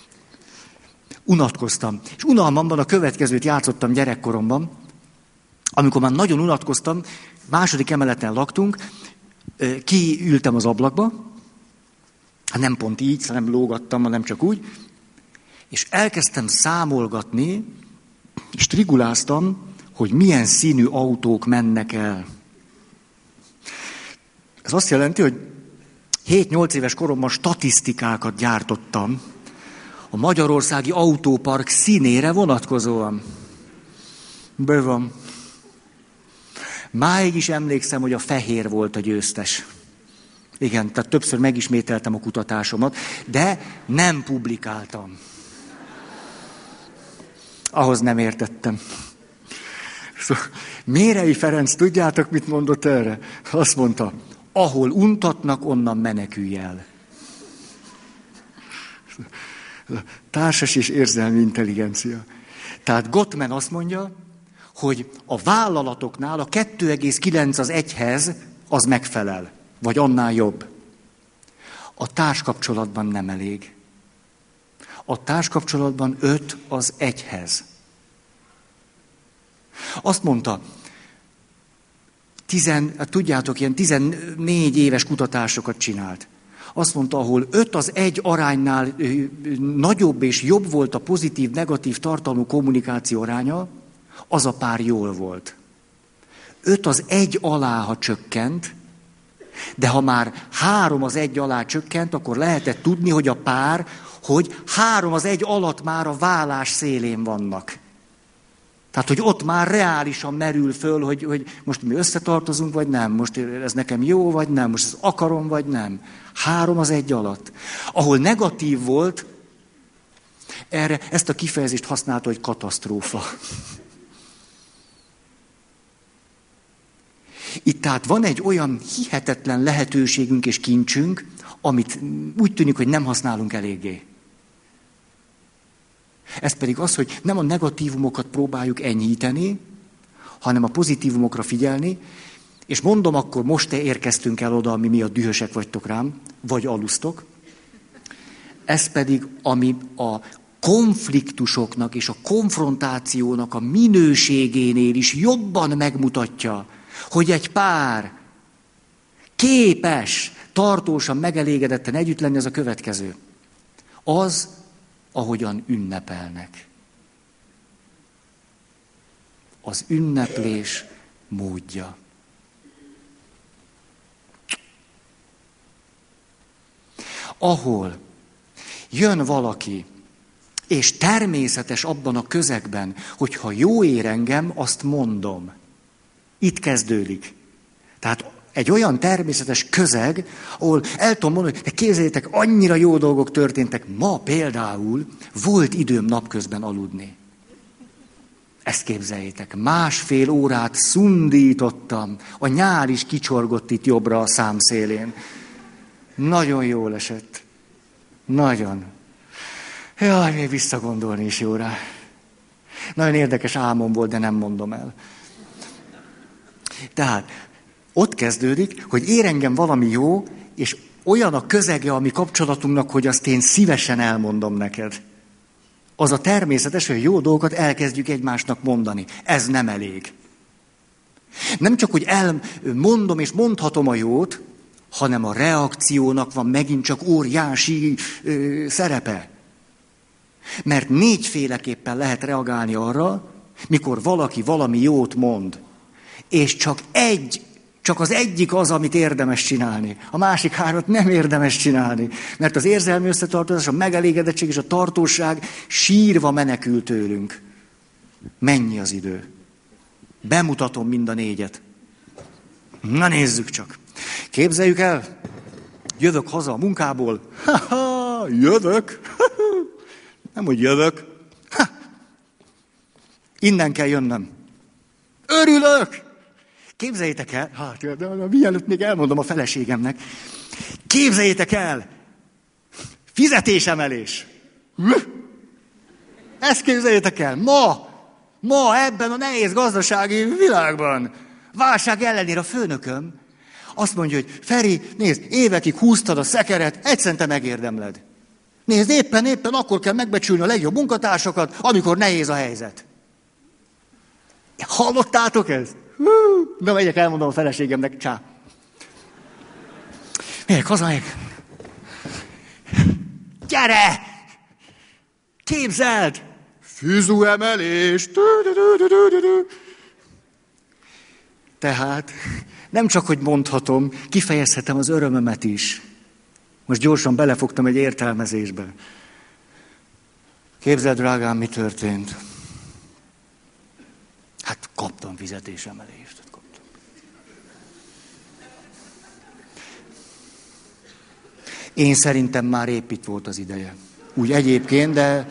Unatkoztam. És unalmamban a következőt játszottam gyerekkoromban. amikor már nagyon unatkoztam, második emeleten laktunk, kiültem az ablakba, hát nem pont így, nem lógattam, hanem csak úgy, és elkezdtem számolgatni, és triguláztam, hogy milyen színű autók mennek el. Ez azt jelenti, hogy 7-8 éves koromban statisztikákat gyártottam a magyarországi autópark színére vonatkozóan. Bő van. Máig is emlékszem, hogy a fehér volt a győztes. Igen, tehát többször megismételtem a kutatásomat, de nem publikáltam. Ahhoz nem értettem. Szóval, Mérei Ferenc, tudjátok, mit mondott erre? Azt mondta, ahol untatnak, onnan menekülj el. Társas és érzelmi intelligencia. Tehát Gottman azt mondja, hogy a vállalatoknál a 2,9 az 1-hez az megfelel, vagy annál jobb. A társkapcsolatban nem elég. A társkapcsolatban 5 az 1-hez. Azt mondta, tudjátok, ilyen 14 éves kutatásokat csinált. Azt mondta, ahol 5 az 1 aránynál nagyobb és jobb volt a pozitív-negatív tartalmú kommunikáció aránya, az a pár jól volt. 5 az 1 alá, ha csökkent, de ha már 3 az 1 alá csökkent, akkor lehetett tudni, hogy a pár, hogy 3 az 1 alatt már a válás szélén vannak. Tehát, hogy ott már reálisan merül föl, hogy most mi összetartozunk, vagy nem, most ez nekem jó, vagy nem, most ezt akarom, vagy nem. 3 az 1 alatt. Ahol negatív volt, erre ezt a kifejezést használta, hogy katasztrófa. Itt tehát van egy olyan hihetetlen lehetőségünk és kincsünk, amit úgy tűnik, hogy nem használunk eléggé. Ez pedig az, hogy nem a negatívumokat próbáljuk enyhíteni, hanem a pozitívumokra figyelni, és mondom, akkor most te érkeztünk el oda, ami miatt dühösek vagytok rám, vagy alusztok. Ez pedig, ami a konfliktusoknak és a konfrontációnak a minőségénél is jobban megmutatja, hogy egy pár képes tartósan, megelégedetten együtt lenni, az a következő. Az, ahogyan ünnepelnek. Az ünneplés módja. Ahol jön valaki, és természetes abban a közegben, hogyha jó ér engem, azt mondom. Itt kezdődik. Tehát egy olyan természetes közeg, ahol el tudom mondani, hogy képzeljétek, annyira jó dolgok történtek. Ma például volt időm napközben aludni. Ezt képzeljétek, 1,5 órát szundítottam. A nyál is kicsorgott itt jobbra a számszélén. Nagyon jól esett. Nagyon. Jaj, még visszagondolni is jó rá. Nagyon érdekes álmom volt, de nem mondom el. Tehát ott kezdődik, hogy ér engem valami jó, és olyan a közege a mi kapcsolatunknak, hogy azt én szívesen elmondom neked. Az a természetes, hogy jó dolgokat elkezdjük egymásnak mondani. Ez nem elég. Nem csak, hogy elmondom és mondhatom a jót, hanem a reakciónak van megint csak óriási szerepe. Mert 4 féleképpen lehet reagálni arra, mikor valaki valami jót mond. És csak az egyik az, amit érdemes csinálni. A másik 3 nem érdemes csinálni. Mert az érzelmi összetartozás, a megelégedettség és a tartóság sírva menekül tőlünk. Mennyi az idő? Bemutatom mind a 4. Na nézzük csak. Képzeljük el, jövök haza a munkából. Jövök. Nem, hogy jövök. Innen kell jönnöm. Örülök! Képzeljétek el, mielőtt még elmondom a feleségemnek, képzeljétek el, fizetésemelés. Ezt képzeljétek el, ma ebben a nehéz gazdasági világban, válság ellenére a főnököm azt mondja, hogy Feri, nézd, évekig húztad a szekeret, egyszerűen te megérdemled. Nézd, éppen akkor kell megbecsülni a legjobb munkatársakat, amikor nehéz a helyzet. Hallottátok ezt? Na, megyek, elmondom a feleségemnek, csá. Megyek, hazamegyek. Gyere! Képzeld! Fizuemelés! Tehát nem csak, hogy mondhatom, kifejezhetem az örömömet is. Most gyorsan belefogtam egy értelmezésbe. Képzeld, drágám, mi történt? Hát kaptam fizetésemelést. Kaptam. Én szerintem már épp itt volt az ideje. Úgy egyébként, de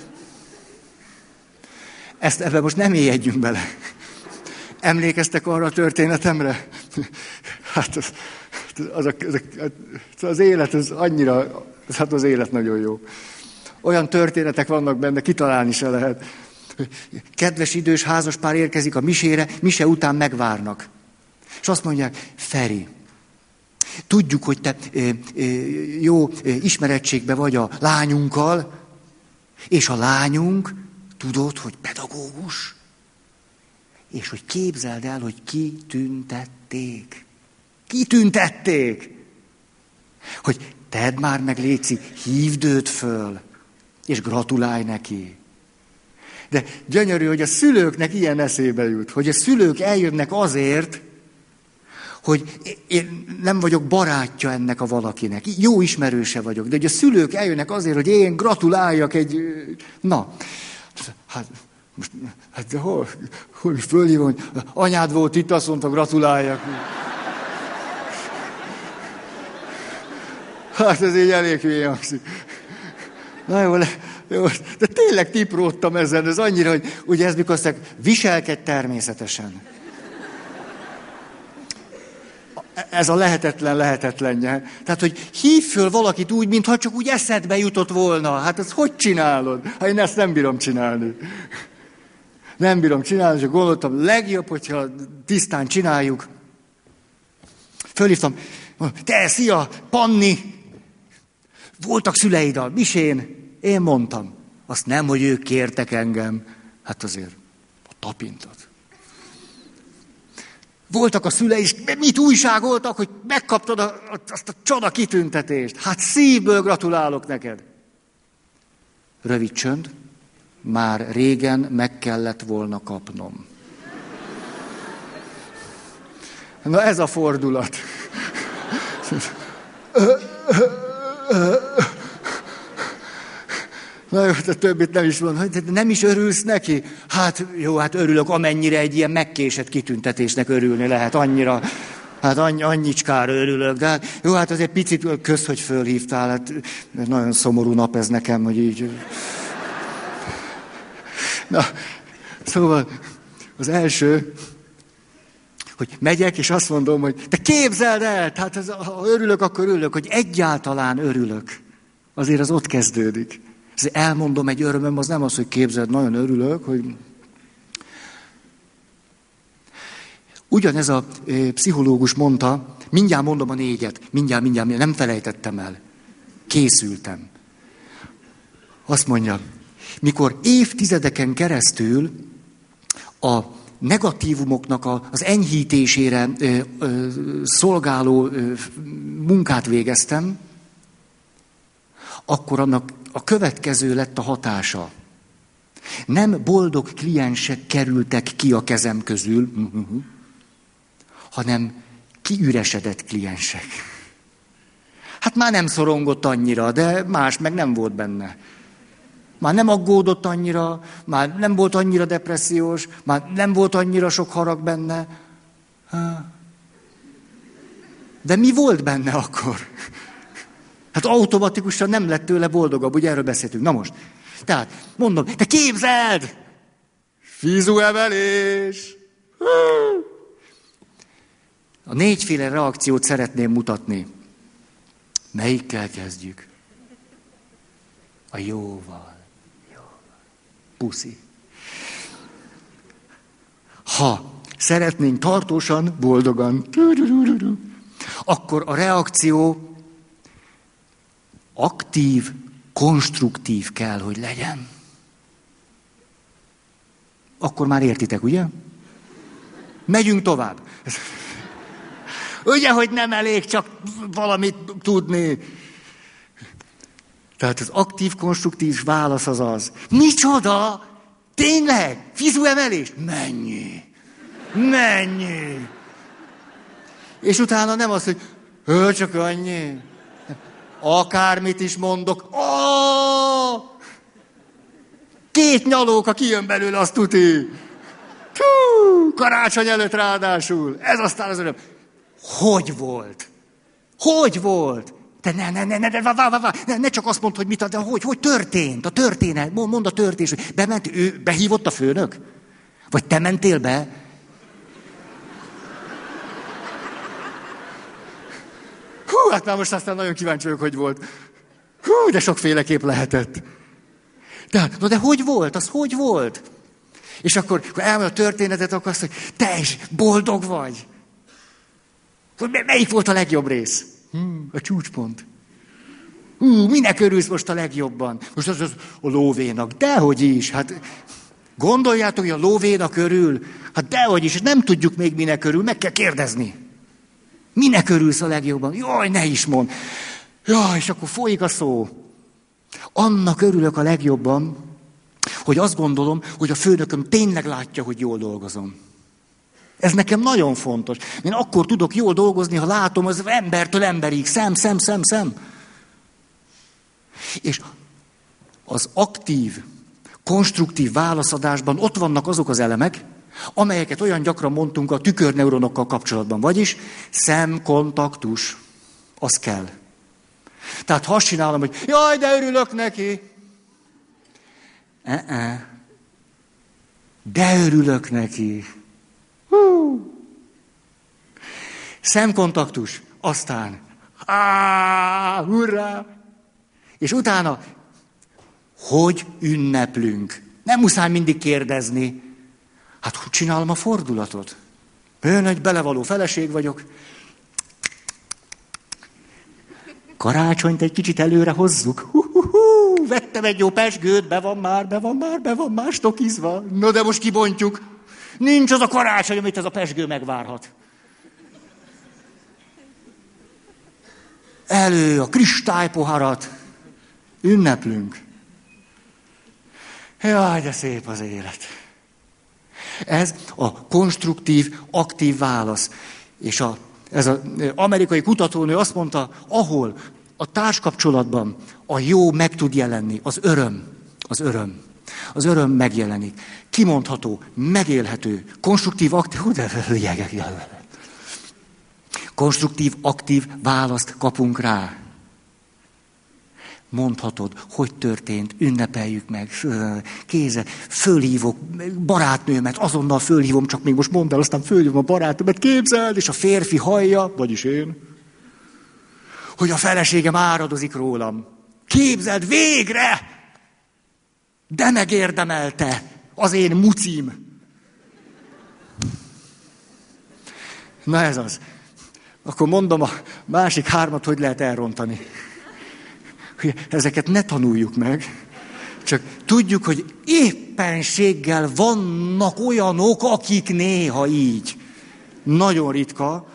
ebben most nem éljegyünk bele. Emlékeztek arra a történetemre? Hát az élet, az annyira, hát az élet nagyon jó. Olyan történetek vannak benne, kitalálni se lehet. Kedves idős házaspár érkezik a misére, mise után megvárnak. És azt mondják, Feri, tudjuk, hogy te jó ismerettségben vagy a lányunkkal, és a lányunk, tudod, hogy pedagógus, és hogy képzeld el, hogy kitüntették. Kitüntették! Hogy tedd már meg, létszik, hívd őt föl, és gratulálj neki. De gyönyörű, hogy a szülőknek ilyen eszébe jut, hogy a szülők eljönnek azért, hogy én nem vagyok barátja ennek a valakinek, jó ismerőse vagyok, de hogy a szülők eljönnek azért, hogy én gratuláljak egy... Na, hát hol fölhívom, hogy anyád volt itt, azt mondta, gratuláljak. Hát ez így elég hülyén hangzik. Na jó, de tényleg tipródtam ezen, ez annyira, hogy ugye ez mikor azt viselkedj természetesen. Ez a lehetetlenje. Tehát, hogy hívj föl valakit úgy, mintha csak úgy eszedbe jutott volna. Hát ezt hogy csinálod? Hát én ezt nem bírom csinálni. Nem bírom csinálni, csak gondoltam, legjobb, hogyha tisztán csináljuk. Fölhívtam, te, szia, Panni! Voltak szüleid a misén, én mondtam. Azt nem, hogy ők kértek engem. Hát azért a tapintat. Voltak a szülei is, mit újságoltak, hogy megkaptad azt a csoda kitüntetést. Hát szívből gratulálok neked. Rövid csönd, már régen meg kellett volna kapnom. Na ez a fordulat. Na jó, de többit nem is mondom. De nem is örülsz neki? Hát jó, hát örülök, amennyire egy ilyen megkésett kitüntetésnek örülni lehet. Annyira, hát annyicskára örülök. De hát, jó, hát azért picit kösz, hogy fölhívtál. Hát nagyon szomorú nap ez nekem, hogy így... Na, szóval az első, hogy megyek, és azt mondom, hogy te képzeld el, tehát ha örülök, akkor örülök, hogy egyáltalán örülök. Azért az ott kezdődik. Elmondom egy örömöm, az nem az, hogy képzeld, nagyon örülök, hogy... Ugyanez a pszichológus mondta, mindjárt mondom a 4, mindjárt, nem felejtettem el. Készültem. Azt mondja, mikor évtizedeken keresztül a negatívumoknak az enyhítésére szolgáló munkát végeztem, akkor annak a következő lett a hatása. Nem boldog kliensek kerültek ki a kezem közül, hanem kiüresedett kliensek. Hát már nem szorongott annyira, de más meg nem volt benne. Már nem aggódott annyira, már nem volt annyira depressziós, már nem volt annyira sok harag benne. De mi volt benne akkor? Hát automatikusan nem lett tőle boldogabb, ugye erről beszéltünk. Na most, tehát mondom, te képzeld! Fizuemelés! A 4 reakciót szeretném mutatni. Melyikkel kezdjük? A jóval. Puszi. Ha szeretnénk tartósan, boldogan, akkor a reakció aktív, konstruktív kell, hogy legyen. Akkor már értitek, ugye? Megyünk tovább. Ugye, hogy nem elég csak valamit tudni. Tehát az aktív, konstruktív válasz az az. Micsoda? Tényleg? Fizuemelés? Mennyi? Mennyi? És utána nem az, hogy csak annyi. Akármit is mondok. 2 nyalóka kijön belőle, azt tuti. Karácsony előtt ráadásul. Ez aztán az öröm. Hogy volt? Hogy volt? Te ne csak azt mondd, hogy mit, de hogy történt? A történet, mondd a történet. Bement, ő behívott a főnök? Vagy te mentél be? Hát már most aztán nagyon kíváncsi vagyok, hogy volt. De sokféleképp lehetett. De hogy volt? Az hogy volt? És akkor elmondja a történetet, akkor azt mondja, te is boldog vagy. Melyik volt a legjobb rész? A csúcspont. Minek örülsz most a legjobban? Most az a lóvénak. Dehogy is. Hát gondoljátok, hogy a lóvénak örül? Hát dehogy is. Nem tudjuk még minek örül. Meg kell kérdezni. Minek örülsz a legjobban? Jaj, ne is mondd. Jaj, és akkor folyik a szó. Annak örülök a legjobban, hogy azt gondolom, hogy a főnököm tényleg látja, hogy jól dolgozom. Ez nekem nagyon fontos. Én akkor tudok jól dolgozni, ha látom az embertől emberig, szem. És az aktív, konstruktív válaszadásban ott vannak azok az elemek, amelyeket olyan gyakran mondtunk a tükörneuronokkal kapcsolatban. Vagyis szemkontaktus. Az kell. Tehát ha azt csinálom, hogy jaj, de örülök neki. De örülök neki. Szemkontaktus. Aztán. Hurrá! És utána, hogy ünneplünk. Nem muszáj mindig kérdezni. Hát hogy csinálom a fordulatot? Én egy belevaló feleség vagyok. Karácsonyt egy kicsit előre hozzuk. Vettem egy jó pezsgőt, be van már stokizva. No, de most kibontjuk. Nincs az a karácsony, amit ez a pezsgő megvárhat. Elő a kristálypoharat. Ünneplünk. Jaj, de szép az élet. Ez a konstruktív, aktív válasz. És ez az amerikai kutatónő azt mondta, ahol a társkapcsolatban a jó meg tud jelenni, az öröm. Az öröm megjelenik. Kimondható, megélhető, konstruktív, aktív, konstruktív, aktív választ kapunk rá. Mondhatod, hogy történt, ünnepeljük meg, kéze, fölhívok barátnőmet, azonnal fölhívom, csak még most mondd el, aztán fölhívom a barátnőmet, képzeld, és a férfi hallja, vagyis én, hogy a feleségem áradozik rólam. Képzeld, végre! De megérdemelte az én mucim. Na ez az. Akkor mondom a másik 3, hogy lehet elrontani. Ezeket ne tanuljuk meg, csak tudjuk, hogy éppenséggel vannak olyanok, akik néha így. Nagyon ritka.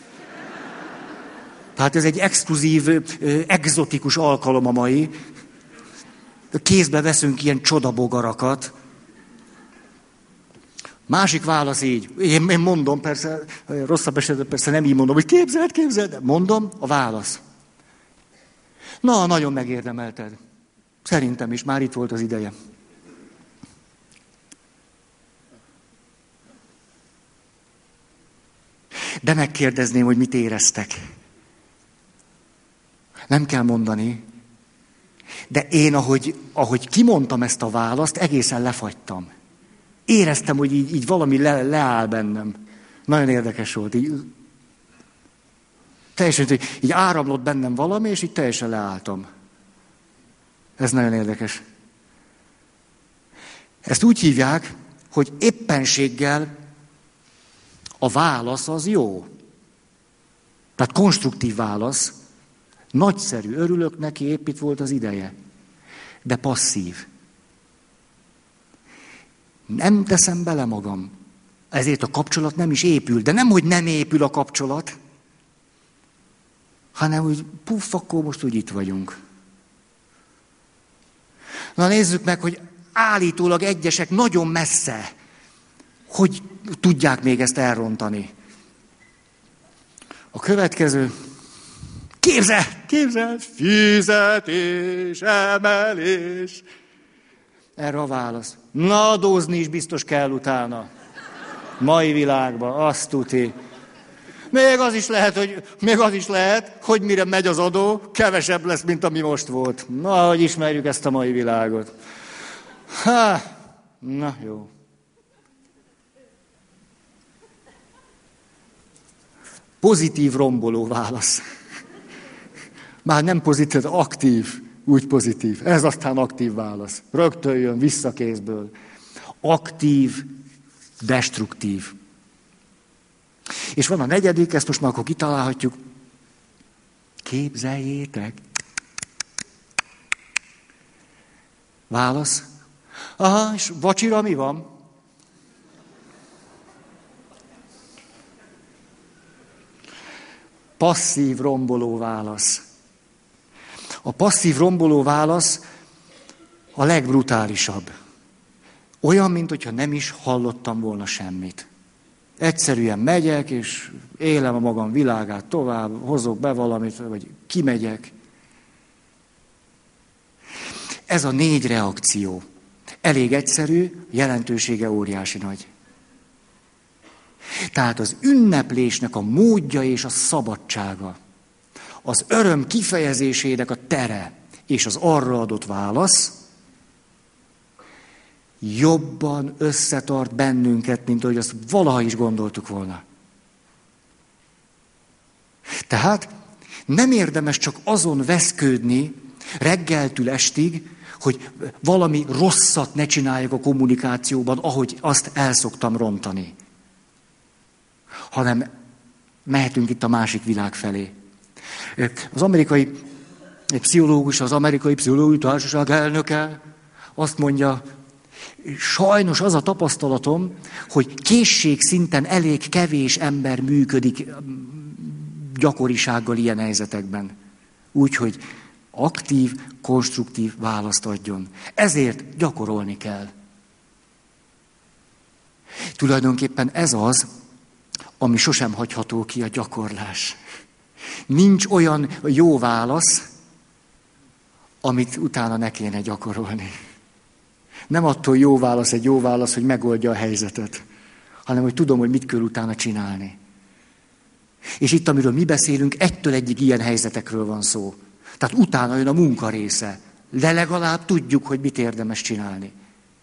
Tehát ez egy exkluzív, egzotikus alkalom a mai. Kézbe veszünk ilyen csodabogarakat. Másik válasz így. Én mondom, persze, rosszabb esetben persze nem így mondom, hogy képzeld, de mondom a válasz. Na, nagyon megérdemelted. Szerintem is, már itt volt az ideje. De megkérdezném, hogy mit éreztek. Nem kell mondani. De én, ahogy kimondtam ezt a választ, egészen lefagytam. Éreztem, hogy így valami leáll bennem. Nagyon érdekes volt. Teljesen, így áramlott bennem valami, és így teljesen leálltam. Ez nagyon érdekes. Ezt úgy hívják, hogy éppenséggel a válasz az jó. Tehát konstruktív válasz. Nagyszerű, örülök neki, épp itt volt az ideje. De passzív. Nem teszem bele magam. Ezért a kapcsolat nem is épül. De nem, hogy nem épül a kapcsolat, hanem, hogy puff, akkor most úgy itt vagyunk. Na nézzük meg, hogy állítólag egyesek nagyon messze, hogy tudják még ezt elrontani. A következő. Képzel, fizetés, emelés. Erre a válasz. Na, adózni is biztos kell utána. Mai világban, azt tuti. Még az is lehet, hogy mire megy az adó, kevesebb lesz, mint ami most volt. Na, hogy ismerjük ezt a mai világot. Na jó. Pozitív romboló válasz. Már nem pozitív, aktív, úgy pozitív. Ez aztán aktív válasz. Rögtön jön vissza kézből. Aktív, destruktív. És van a negyedik, ezt most már akkor kitalálhatjuk. Képzeljétek. Válasz. Aha, és vacsira mi van? Passzív romboló válasz. A passzív romboló válasz a legbrutálisabb. Olyan, mintha nem is hallottam volna semmit. Egyszerűen megyek, és élem a magam világát tovább, hozok be valamit, vagy kimegyek. Ez a 4 reakció. Elég egyszerű, jelentősége óriási nagy. Tehát az ünneplésnek a módja és a szabadsága, az öröm kifejezésének a tere és az arra adott válasz jobban összetart bennünket, mint ahogy azt valaha is gondoltuk volna. Tehát nem érdemes csak azon veszködni reggeltől estig, hogy valami rosszat ne csináljak a kommunikációban, ahogy azt el szoktam rontani. Hanem mehetünk itt a másik világ felé. Az amerikai pszichológus, az amerikai pszichológiai társaság elnöke azt mondja, sajnos az a tapasztalatom, hogy készségszinten elég kevés ember működik gyakorisággal ilyen helyzetekben. Úgyhogy aktív, konstruktív választ adjon. Ezért gyakorolni kell. Tulajdonképpen ez az, ami sosem hagyható ki, a gyakorlás. Nincs olyan jó válasz, amit utána ne kéne gyakorolni. Nem attól jó válasz egy jó válasz, hogy megoldja a helyzetet, hanem hogy tudom, hogy mit kell utána csinálni. És itt, amiről mi beszélünk, egytől egyig ilyen helyzetekről van szó. Tehát utána jön a munka része. De legalább tudjuk, hogy mit érdemes csinálni.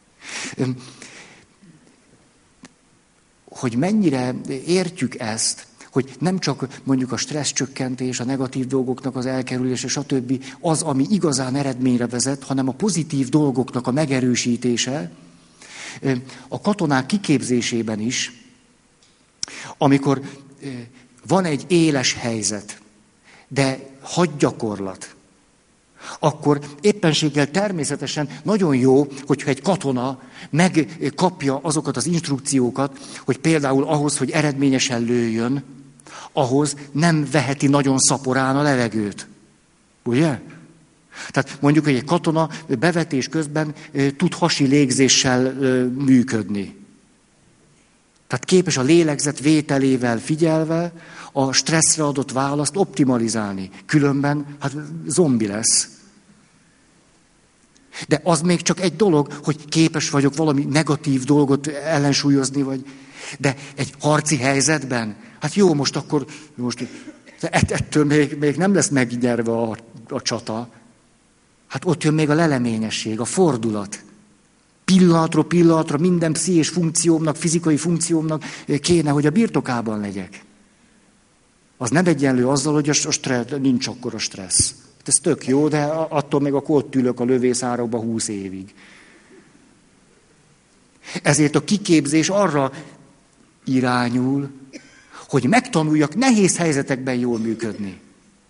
Hogy mennyire értjük ezt, hogy nem csak mondjuk a stresszcsökkentés, a negatív dolgoknak az elkerülése, stb. Az, ami igazán eredményre vezet, hanem a pozitív dolgoknak a megerősítése, a katonák kiképzésében is, amikor van egy éles helyzet, de hadgyakorlat, akkor éppenséggel természetesen nagyon jó, hogyha egy katona megkapja azokat az instrukciókat, hogy például ahhoz, hogy eredményesen lőjön, ahhoz nem veheti nagyon szaporán a levegőt. Ugye? Tehát mondjuk, hogy egy katona bevetés közben tud hasi légzéssel működni. Tehát képes a lélegzet vételével figyelve a stresszre adott választ optimalizálni. Különben hát zombi lesz. De az még csak egy dolog, hogy képes vagyok valami negatív dolgot ellensúlyozni, de egy harci helyzetben, hát jó, most ettől még nem lesz megnyerve a csata. Hát ott jön még a leleményesség, a fordulat. Pillanatról pillanatra minden pszichés funkciómnak, fizikai funkciómnak kéne, hogy a birtokában legyek. Az nem egyenlő azzal, hogy nincs akkor a stressz. Ez tök jó, de attól még akkor ott ülök a lövészárokba 20 évig. Ezért a kiképzés arra irányul, hogy megtanuljak nehéz helyzetekben jól működni.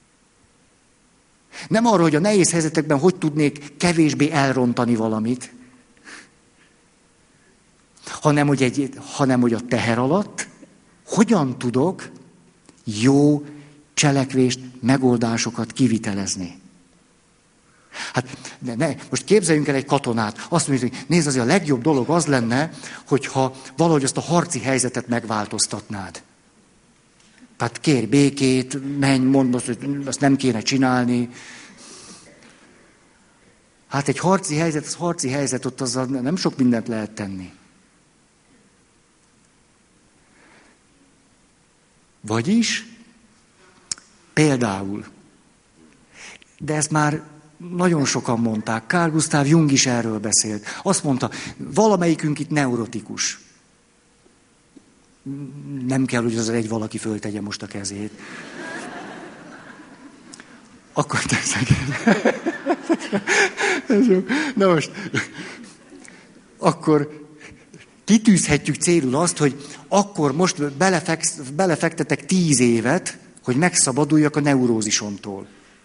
Nem arra, hogy a nehéz helyzetekben hogy tudnék kevésbé elrontani valamit, hanem hogy a teher alatt hogyan tudok jó cselekvést, megoldásokat kivitelezni. Hát most képzeljünk el egy katonát. Azt mondjuk, hogy nézd, azért a legjobb dolog az lenne, hogyha valahogy azt a harci helyzetet megváltoztatnád. Tehát kérj békét, menj, mondd azt, hogy azt nem kéne csinálni. Hát egy harci helyzet, ott azzal nem sok mindent lehet tenni. Vagyis, például, de ezt már nagyon sokan mondták, Carl Gustav Jung is erről beszélt. Azt mondta, valamelyikünk itt neurotikus. Nem kell, hogy az egy valaki föltegye most a kezét. Akkor teszek. Ez jó. Na most, akkor kitűzhetjük célul azt, hogy akkor most belefektetek 10 évet, hogy megszabaduljak a neurózisomtól.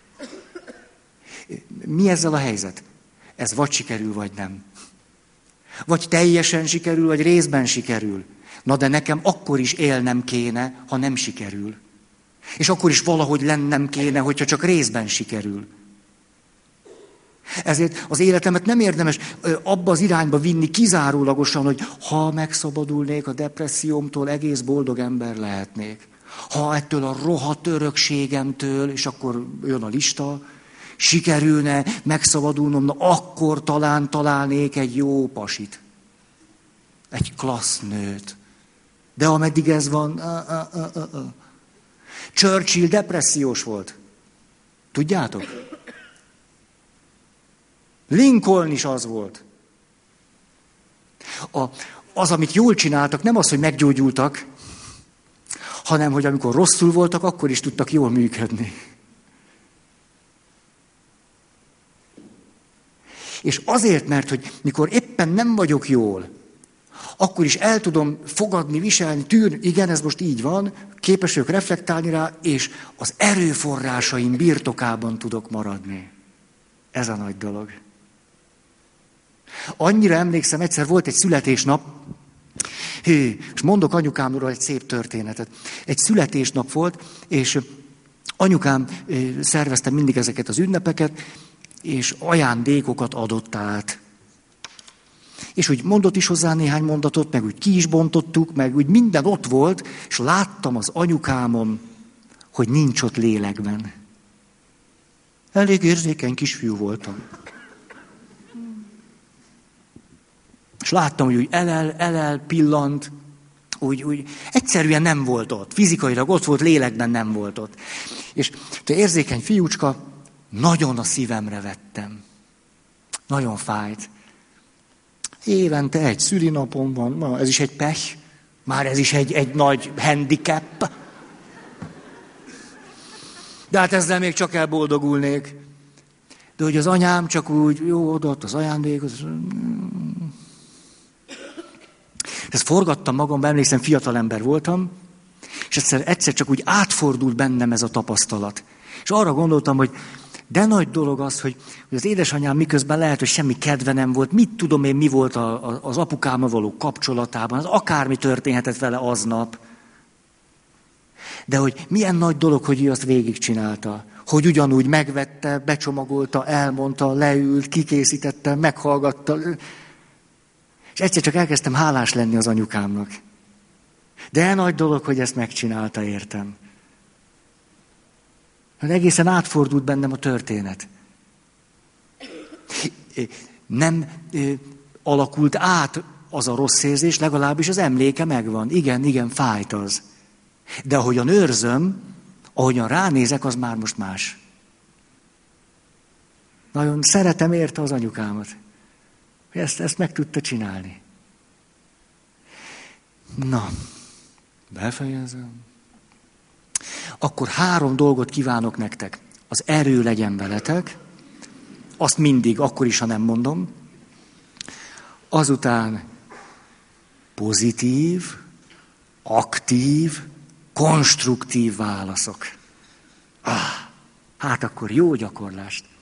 Mi ezzel a helyzet? Ez vagy sikerül, vagy nem. Vagy teljesen sikerül, vagy részben sikerül. Na de nekem akkor is élnem kéne, ha nem sikerül. És akkor is valahogy lennem kéne, hogyha csak részben sikerül. Ezért az életemet nem érdemes abba az irányba vinni kizárólagosan, hogy ha megszabadulnék a depressziómtól, egész boldog ember lehetnék. Ha ettől a rohadt örökségemtől, és akkor jön a lista, sikerülne megszabadulnom, na akkor talán találnék egy jó pasit. Egy klassz nőt. De ameddig ez van... Churchill depressziós volt. Tudjátok? Lincoln is az volt. Az, amit jól csináltak, nem az, hogy meggyógyultak, hanem, hogy amikor rosszul voltak, akkor is tudtak jól működni. És azért, mert hogy mikor éppen nem vagyok jól, akkor is el tudom fogadni, viselni, tűrni, igen, ez most így van, képes vagyok reflektálni rá, és az erőforrásaim birtokában tudok maradni. Ez a nagy dolog. Annyira emlékszem, egyszer volt egy születésnap, és mondok anyukámról egy szép történetet. Egy születésnap volt, és anyukám szervezte mindig ezeket az ünnepeket, és ajándékokat adott át. És úgy mondott is hozzá néhány mondatot, meg úgy ki is bontottuk, meg úgy minden ott volt, és láttam az anyukámon, hogy nincs ott lélekben. Elég érzékeny kisfiú voltam. És láttam, hogy úgy elel pillant, úgy egyszerűen nem volt ott. Fizikailag ott volt, lélekben nem volt ott. És te érzékeny fiúcska, nagyon a szívemre vettem. Nagyon fájt. Évente egy szülinapom van, na, ez is egy pech, már ez is egy nagy handicap. De hát ezzel még csak elboldogulnék. De hogy az anyám csak úgy, jó, odaadta az ajándékot. Ezt forgattam magamban, emlékszem, fiatal ember voltam, és egyszer csak úgy átfordult bennem ez a tapasztalat. És arra gondoltam, hogy de nagy dolog az, hogy az édesanyám miközben lehet, hogy semmi kedve nem volt, mit tudom én, mi volt az apukámmal való kapcsolatában, az akármi történhetett vele aznap. De hogy milyen nagy dolog, hogy ő azt végigcsinálta. Hogy ugyanúgy megvette, becsomagolta, elmondta, leült, kikészítette, meghallgatta. És egyszer csak elkezdtem hálás lenni az anyukámnak. De nagy dolog, hogy ezt megcsinálta, értem. Egészen átfordult bennem a történet. Nem alakult át az a rossz érzés, legalábbis az emléke megvan. Igen, fájt az. De ahogyan őrzöm, ahogyan ránézek, az már most más. Nagyon szeretem érte az anyukámat. Ezt meg tudta csinálni. Na, befejezem. Akkor 3 dolgot kívánok nektek. Az erő legyen veletek, azt mindig, akkor is, ha nem mondom. Azután pozitív, aktív, konstruktív válaszok. Hát akkor jó gyakorlást!